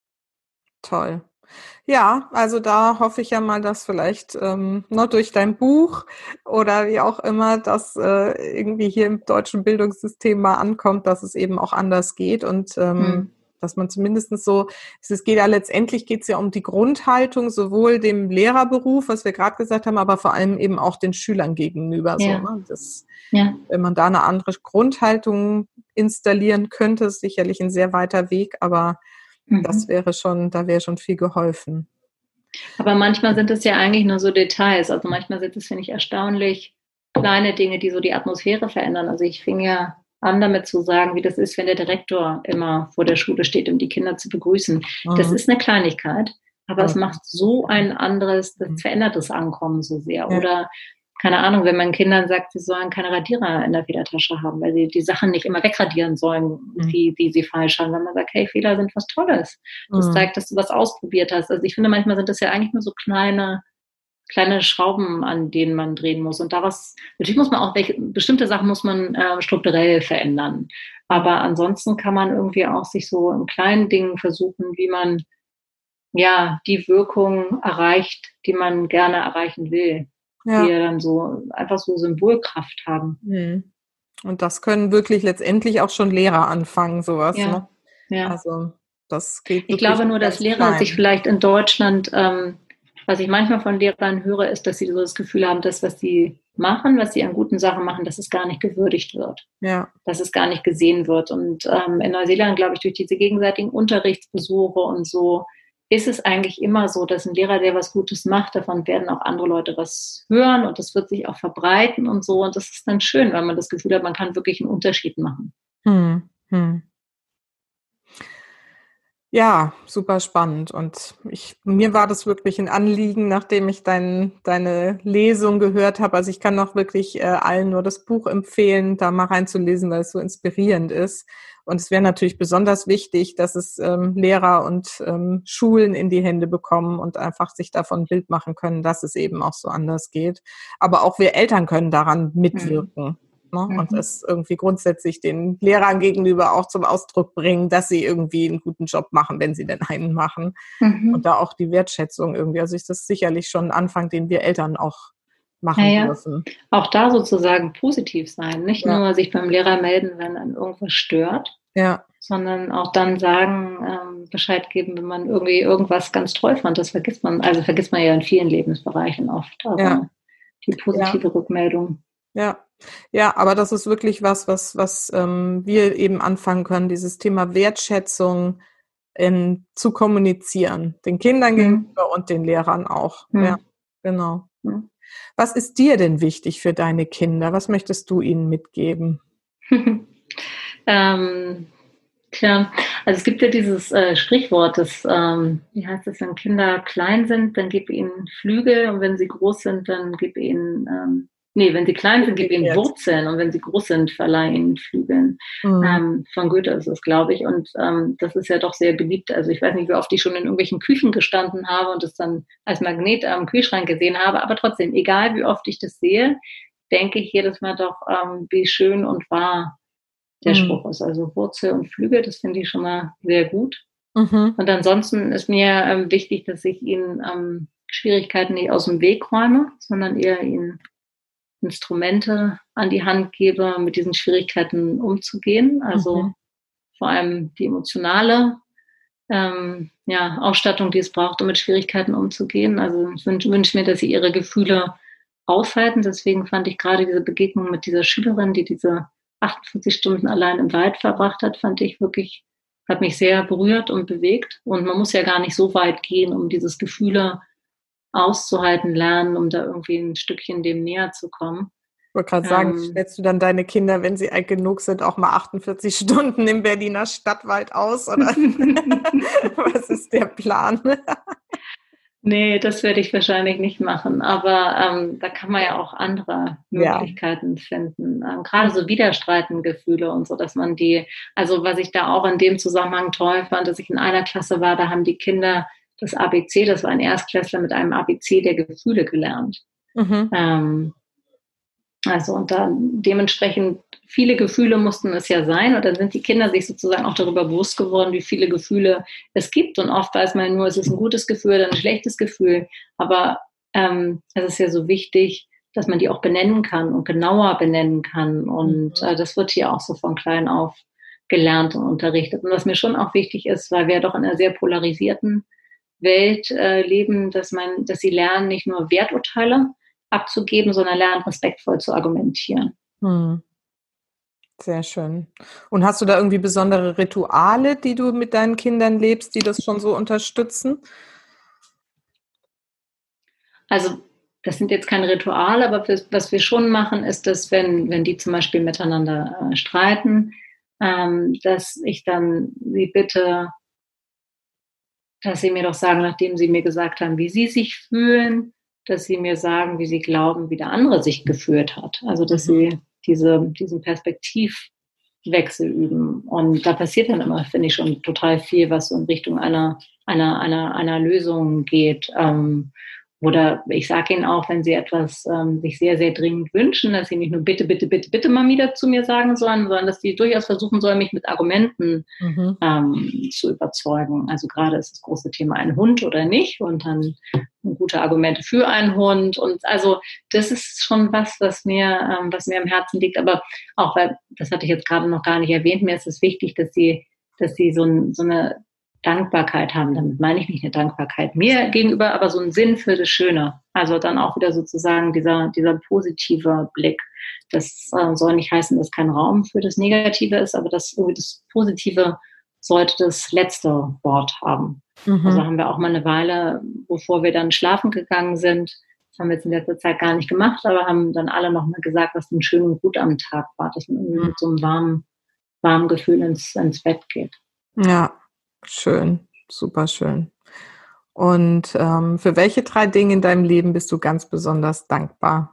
C: Toll. Ja, also da hoffe ich ja mal, dass vielleicht ähm, nur durch dein Buch oder wie auch immer, dass äh, irgendwie hier im deutschen Bildungssystem mal ankommt, dass es eben auch anders geht und ähm, hm. dass man zumindest so, es geht ja letztendlich geht es ja um die Grundhaltung, sowohl dem Lehrerberuf, was wir gerade gesagt haben, aber vor allem eben auch den Schülern gegenüber.
B: Ja.
C: So, ne? Das,
B: ja.
C: Wenn man da eine andere Grundhaltung installieren könnte, ist sicherlich ein sehr weiter Weg, aber das wäre schon, da wäre schon viel geholfen.
B: Aber manchmal sind es ja eigentlich nur so Details. Also manchmal sind es, finde ich, erstaunlich kleine Dinge, die so die Atmosphäre verändern. Also ich fing ja an, damit zu sagen, wie das ist, wenn der Direktor immer vor der Schule steht, um die Kinder zu begrüßen. Mhm. Das ist eine Kleinigkeit, aber mhm. es macht so ein anderes, das verändert das Ankommen so sehr. Ja. Oder keine Ahnung, wenn man Kindern sagt, sie sollen keine Radierer in der Federtasche haben, weil sie die Sachen nicht immer wegradieren sollen, mhm. die, die sie falsch haben. Wenn man sagt, hey, Fehler sind was Tolles. Das mhm. zeigt, dass du was ausprobiert hast. Also ich finde, manchmal sind das ja eigentlich nur so kleine, kleine Schrauben, an denen man drehen muss. Und daraus, natürlich muss man auch, welche, bestimmte Sachen muss man äh, strukturell verändern. Aber ansonsten kann man irgendwie auch sich so in kleinen Dingen versuchen, wie man, ja, die Wirkung erreicht, die man gerne erreichen will. Ja. Die ja dann so einfach so Symbolkraft haben.
C: Und das können wirklich letztendlich auch schon Lehrer anfangen, sowas.
B: Ja.
C: Ne?
B: Ja.
C: Also das geht.
B: Ich glaube nur, dass Lehrer klein. sich vielleicht in Deutschland, ähm, was ich manchmal von Lehrern höre, ist, dass sie so das Gefühl haben, dass was sie machen, was sie an guten Sachen machen, dass es gar nicht gewürdigt wird.
C: Ja.
B: Dass es gar nicht gesehen wird. Und ähm, in Neuseeland, glaube ich, durch diese gegenseitigen Unterrichtsbesuche und so, ist es eigentlich immer so, dass ein Lehrer, der was Gutes macht, davon werden auch andere Leute was hören und das wird sich auch verbreiten und so. Und das ist dann schön, weil man das Gefühl hat, man kann wirklich einen Unterschied machen.
C: Hm, hm. Ja, super spannend. Und ich, mir war das wirklich ein Anliegen, nachdem ich dein, deine Lesung gehört habe. Also ich kann auch wirklich äh, allen nur das Buch empfehlen, da mal reinzulesen, weil es so inspirierend ist. Und es wäre natürlich besonders wichtig, dass es ähm, Lehrer und ähm, Schulen in die Hände bekommen und einfach sich davon ein Bild machen können, dass es eben auch so anders geht. Aber auch wir Eltern können daran mitwirken. Mhm. Ne? Mhm. Und es irgendwie grundsätzlich den Lehrern gegenüber auch zum Ausdruck bringen, dass sie irgendwie einen guten Job machen, wenn sie denn einen machen. Mhm. Und da auch die Wertschätzung irgendwie. Also ist das sicherlich schon ein Anfang, den wir Eltern auch machen
B: ja,
C: dürfen.
B: Auch da sozusagen positiv sein. Nicht ja. nur sich beim Lehrer melden, wenn an irgendwas stört,
C: Ja.
B: Sondern auch dann sagen, ähm, Bescheid geben, wenn man irgendwie irgendwas ganz toll fand. Das vergisst man, also vergisst man ja in vielen Lebensbereichen oft, aber
C: Ja.
B: die positive
C: Ja.
B: Rückmeldung.
C: Ja, ja, aber das ist wirklich was, was, was ähm, wir eben anfangen können, dieses Thema Wertschätzung in, zu kommunizieren, den Kindern
B: Hm.
C: gegenüber und den Lehrern auch.
B: Hm.
C: Ja, genau.
B: Hm.
C: Was ist dir denn wichtig für deine Kinder? Was möchtest du ihnen mitgeben?
B: ähm, tja, also es gibt ja dieses äh, Sprichwort, das, ähm, wie heißt es, wenn Kinder klein sind, dann gib ihnen Flügel und wenn sie groß sind, dann gib ihnen, ähm, nee, wenn sie klein sind, gib ihnen Wurzeln und wenn sie groß sind, verleih ihnen Flügeln. Mhm. Ähm, von Goethe ist es, glaube ich. Und ähm, das ist ja doch sehr beliebt. Also ich weiß nicht, wie oft ich schon in irgendwelchen Küchen gestanden habe und es dann als Magnet am Kühlschrank gesehen habe, aber trotzdem, egal wie oft ich das sehe, denke ich jedes Mal doch, ähm, wie schön und wahr der mhm. Spruch ist. Also Wurzel und Flügel, das finde ich schon mal sehr gut. Mhm. Und ansonsten ist mir ähm, wichtig, dass ich ihnen ähm, Schwierigkeiten nicht aus dem Weg räume, sondern eher ihnen Instrumente an die Hand gebe, mit diesen Schwierigkeiten umzugehen. Also mhm. vor allem die emotionale ähm, ja, Ausstattung, die es braucht, um mit Schwierigkeiten umzugehen. Also ich wünsche wünsch mir, dass sie ihre Gefühle aushalten. Deswegen fand ich gerade diese Begegnung mit dieser Schülerin, die diese achtundvierzig Stunden allein im Wald verbracht hat, fand ich wirklich, hat mich sehr berührt und bewegt. Und man muss ja gar nicht so weit gehen, um dieses Gefühle auszuhalten lernen, um da irgendwie ein Stückchen dem näher zu kommen.
C: Ich wollte gerade sagen, ähm, stellst du dann deine Kinder, wenn sie alt genug sind, auch mal achtundvierzig Stunden im Berliner Stadtwald aus? Oder was ist der Plan?
B: Nee, das werde ich wahrscheinlich nicht machen. Aber ähm, da kann man ja auch andere Möglichkeiten ja. finden. Ähm, gerade so Widerstreitengefühle und so, dass man die, also was ich da auch in dem Zusammenhang toll fand, dass ich in einer Klasse war, da haben die Kinder das A B C, das war ein Erstklässler mit einem A B C der Gefühle gelernt. Mhm. Ähm, also und dann dementsprechend viele Gefühle mussten es ja sein und dann sind die Kinder sich sozusagen auch darüber bewusst geworden, wie viele Gefühle es gibt und oft weiß man nur, es ist ein gutes Gefühl oder ein schlechtes Gefühl, aber ähm, es ist ja so wichtig, dass man die auch benennen kann und genauer benennen kann und äh, das wird hier auch so von klein auf gelernt und unterrichtet und was mir schon auch wichtig ist, weil wir ja doch in einer sehr polarisierten Welt äh, leben, dass man, dass sie lernen, nicht nur Werturteile abzugeben, sondern lernen, respektvoll zu argumentieren.
C: Hm. Sehr schön. Und hast du da irgendwie besondere Rituale, die du mit deinen Kindern lebst, die das schon so unterstützen?
B: Also das sind jetzt keine Rituale, aber was wir schon machen, ist, dass wenn, wenn die zum Beispiel miteinander äh, streiten, ähm, dass ich dann sie bitte, dass sie mir doch sagen, nachdem sie mir gesagt haben, wie sie sich fühlen, dass sie mir sagen, wie sie glauben, wie der andere sich gefühlt hat. Also, dass mhm. sie diese, diesen Perspektivwechsel üben. Und da passiert dann immer, finde ich, schon total viel, was so in Richtung einer, einer, einer, einer Lösung geht. Ähm, Oder ich sage ihnen auch, wenn sie etwas ähm, sich sehr, sehr dringend wünschen, dass sie nicht nur bitte, bitte, bitte, bitte mal wieder zu mir sagen sollen, sondern dass sie durchaus versuchen sollen, mich mit Argumenten mhm. ähm, zu überzeugen. Also gerade ist das große Thema ein Hund oder nicht und dann gute Argumente für einen Hund. Und also das ist schon was, was mir, ähm, was mir am Herzen liegt. Aber auch, weil, das hatte ich jetzt gerade noch gar nicht erwähnt, mir ist es wichtig, dass sie, dass sie so, ein, so eine Dankbarkeit haben. Damit meine ich nicht eine Dankbarkeit mir gegenüber, aber so einen Sinn für das Schöne. Also dann auch wieder sozusagen dieser, dieser positive Blick. Das äh, soll nicht heißen, dass kein Raum für das Negative ist, aber das, irgendwie das Positive sollte das letzte Wort haben. Mhm. Also haben wir auch mal eine Weile, bevor wir dann schlafen gegangen sind, das haben wir jetzt in letzter Zeit gar nicht gemacht, aber haben dann alle nochmal gesagt, was denn schön und gut am Tag war, dass man irgendwie mit so einem warmen, warmen Gefühl ins, ins Bett geht.
C: Ja. Schön, super schön. Und ähm, für welche drei Dinge in deinem Leben bist du ganz besonders dankbar?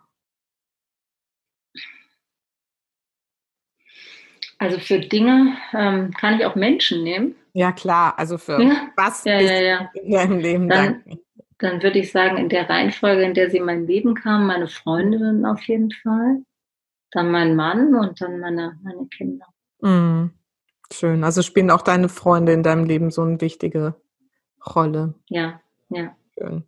B: Also für Dinge ähm, kann ich auch Menschen nehmen.
C: Ja klar, also für
B: ja?
C: was
B: ja,
C: bist
B: ja, ja.
C: du in deinem Leben
B: dann,
C: dankbar?
B: Dann würde ich sagen, in der Reihenfolge, in der sie in mein Leben kam, meine Freundin auf jeden Fall, dann mein Mann und dann meine, meine Kinder.
C: Mhm. Schön. Also spielen auch deine Freunde in deinem Leben so eine wichtige Rolle.
B: Ja, ja.
C: Schön.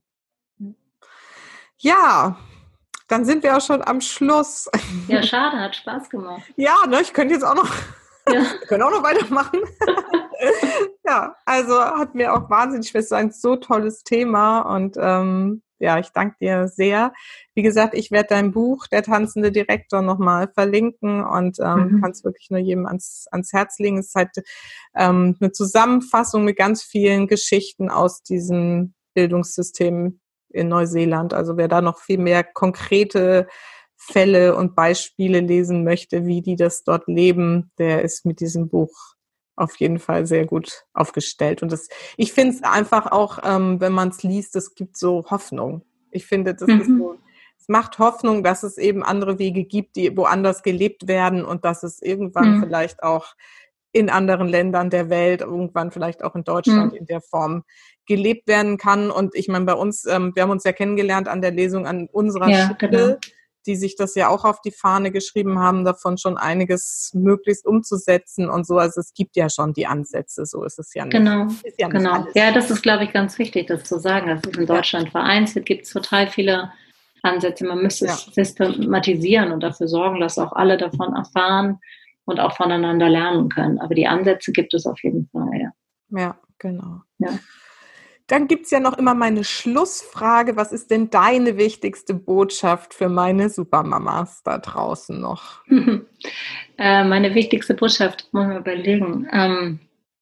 C: Ja, dann sind wir auch schon am Schluss.
B: Ja, schade, hat Spaß gemacht.
C: Ja, ne, ich könnte jetzt auch noch
B: Ja.
C: Wir können auch noch weitermachen. Ja, also hat mir auch wahnsinnig, ich würde sagen, so tolles Thema und ähm, ja, ich danke dir sehr. Wie gesagt, ich werde dein Buch, Der tanzende Direktor, nochmal verlinken und ähm, mhm. kann es wirklich nur jedem ans, ans Herz legen. Es ist halt ähm, eine Zusammenfassung mit ganz vielen Geschichten aus diesem Bildungssystem in Neuseeland. Also wer da noch viel mehr konkrete Fälle und Beispiele lesen möchte, wie die das dort leben, der ist mit diesem Buch auf jeden Fall sehr gut aufgestellt. Und das, ich finde es einfach auch, ähm, wenn man es liest, es gibt so Hoffnung. Ich finde, das mhm. ist so, es macht Hoffnung, dass es eben andere Wege gibt, die woanders gelebt werden und dass es irgendwann mhm. vielleicht auch in anderen Ländern der Welt, irgendwann vielleicht auch in Deutschland mhm. in der Form gelebt werden kann. Und ich meine, bei uns, ähm, wir haben uns ja kennengelernt an der Lesung an unserer
B: ja,
C: Schule,
B: genau.
C: die sich das ja auch auf die Fahne geschrieben haben, davon schon einiges möglichst umzusetzen und so. Also es gibt ja schon die Ansätze, so ist es ja nicht.
B: Genau,
C: ist ja nicht
B: genau.
C: alles.
B: Ja, das ist, glaube ich, ganz wichtig, das zu sagen. Das ist in Deutschland ja. vereinzelt, gibt es total viele Ansätze. Man müsste ja. es systematisieren und dafür sorgen, dass auch alle davon erfahren und auch voneinander lernen können. Aber die Ansätze gibt es auf jeden Fall, ja.
C: Ja, genau.
B: Ja.
C: Dann gibt's ja noch immer meine Schlussfrage. Was ist denn deine wichtigste Botschaft für meine Supermamas da draußen noch?
B: äh, meine wichtigste Botschaft, muss man überlegen. Ähm,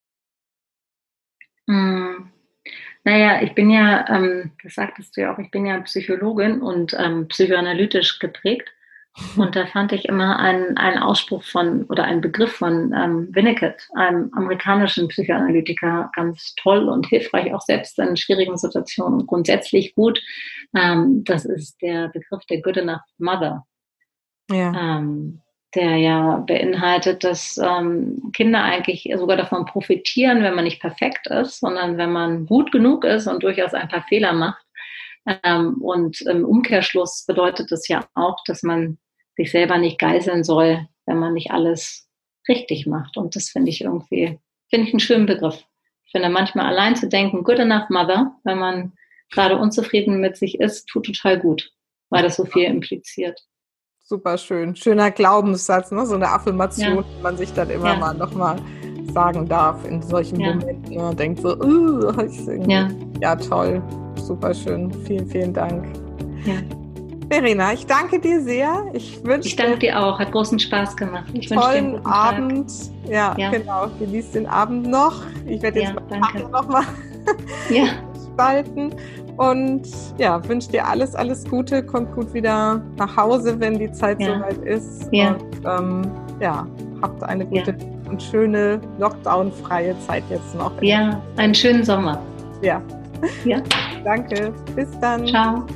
B: mh, naja, ich bin ja, ähm, das sagtest du ja auch, ich bin ja Psychologin und ähm, psychoanalytisch geprägt. Und da fand ich immer einen, einen Ausspruch von oder einen Begriff von ähm, Winnicott, einem amerikanischen Psychoanalytiker, ganz toll und hilfreich, auch selbst in schwierigen Situationen und grundsätzlich gut. Ähm, das ist der Begriff der Good Enough Mother,
C: ja.
B: ähm, der ja beinhaltet, dass ähm, Kinder eigentlich sogar davon profitieren, wenn man nicht perfekt ist, sondern wenn man gut genug ist und durchaus ein paar Fehler macht. Ähm, und im Umkehrschluss bedeutet das ja auch, dass man sich selber nicht geißeln soll, wenn man nicht alles richtig macht. Und das finde ich irgendwie, finde ich einen schönen Begriff. Ich finde manchmal allein zu denken, good enough mother, wenn man gerade unzufrieden mit sich ist, tut total gut, weil das so viel impliziert.
C: Super schön. Schöner Glaubenssatz, ne? So eine Affirmation,
B: ja.
C: die man sich dann immer
B: ja.
C: mal nochmal sagen darf in solchen
B: ja.
C: Momenten. Ne? Und denkt so, uh,
B: ja.
C: ja toll, super schön. Vielen, vielen Dank.
B: Ja.
C: Verena, ich danke dir sehr. Ich wünsche
B: Ich danke dir auch. Hat großen Spaß gemacht. Ich
C: wünsche
B: dir einen guten
C: Abend.
B: Tag.
C: Ja,
B: ja,
C: genau. Genieß den Abend noch. Ich werde jetzt
B: ja,
C: mal nochmal
B: ja.
C: spalten. Und ja, wünsche dir alles, alles Gute. Kommt gut wieder nach Hause, wenn die Zeit
B: ja.
C: soweit ist.
B: Ja.
C: Und ähm, ja, habt eine gute
B: ja.
C: und schöne Lockdown-freie Zeit jetzt noch.
B: Ja, einen schönen Sommer.
C: Ja.
B: Ja.
C: Danke. Bis dann.
B: Ciao.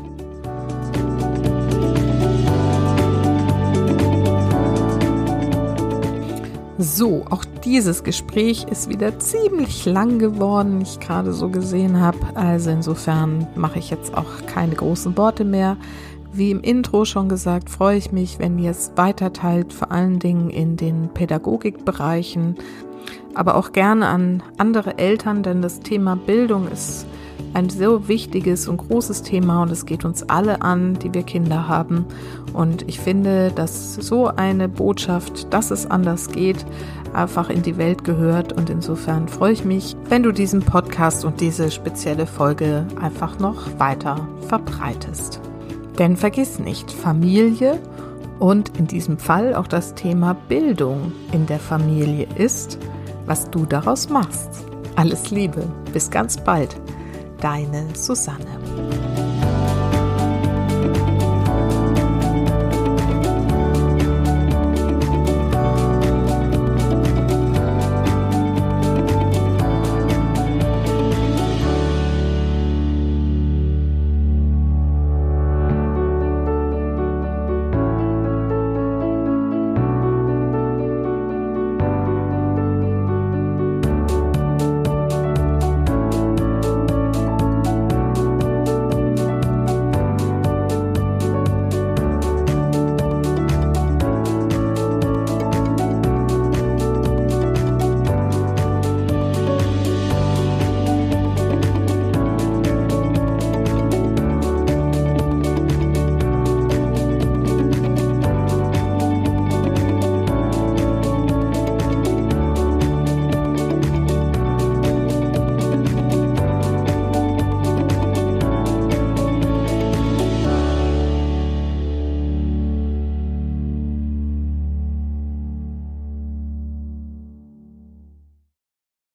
A: So, auch dieses Gespräch ist wieder ziemlich lang geworden, wie ich gerade so gesehen habe. Also insofern mache ich jetzt auch keine großen Worte mehr. Wie im Intro schon gesagt, freue ich mich, wenn ihr es weiterteilt, vor allen Dingen in den Pädagogikbereichen, aber auch gerne an andere Eltern, denn das Thema Bildung ist ein so wichtiges und großes Thema und es geht uns alle an, die wir Kinder haben. Und ich finde, dass so eine Botschaft, dass es anders geht, einfach in die Welt gehört. Und insofern freue ich mich, wenn du diesen Podcast und diese spezielle Folge einfach noch weiter verbreitest. Denn vergiss nicht, Familie und in diesem Fall auch das Thema Bildung in der Familie ist, was du daraus machst. Alles Liebe, bis ganz bald. Deine Susanne.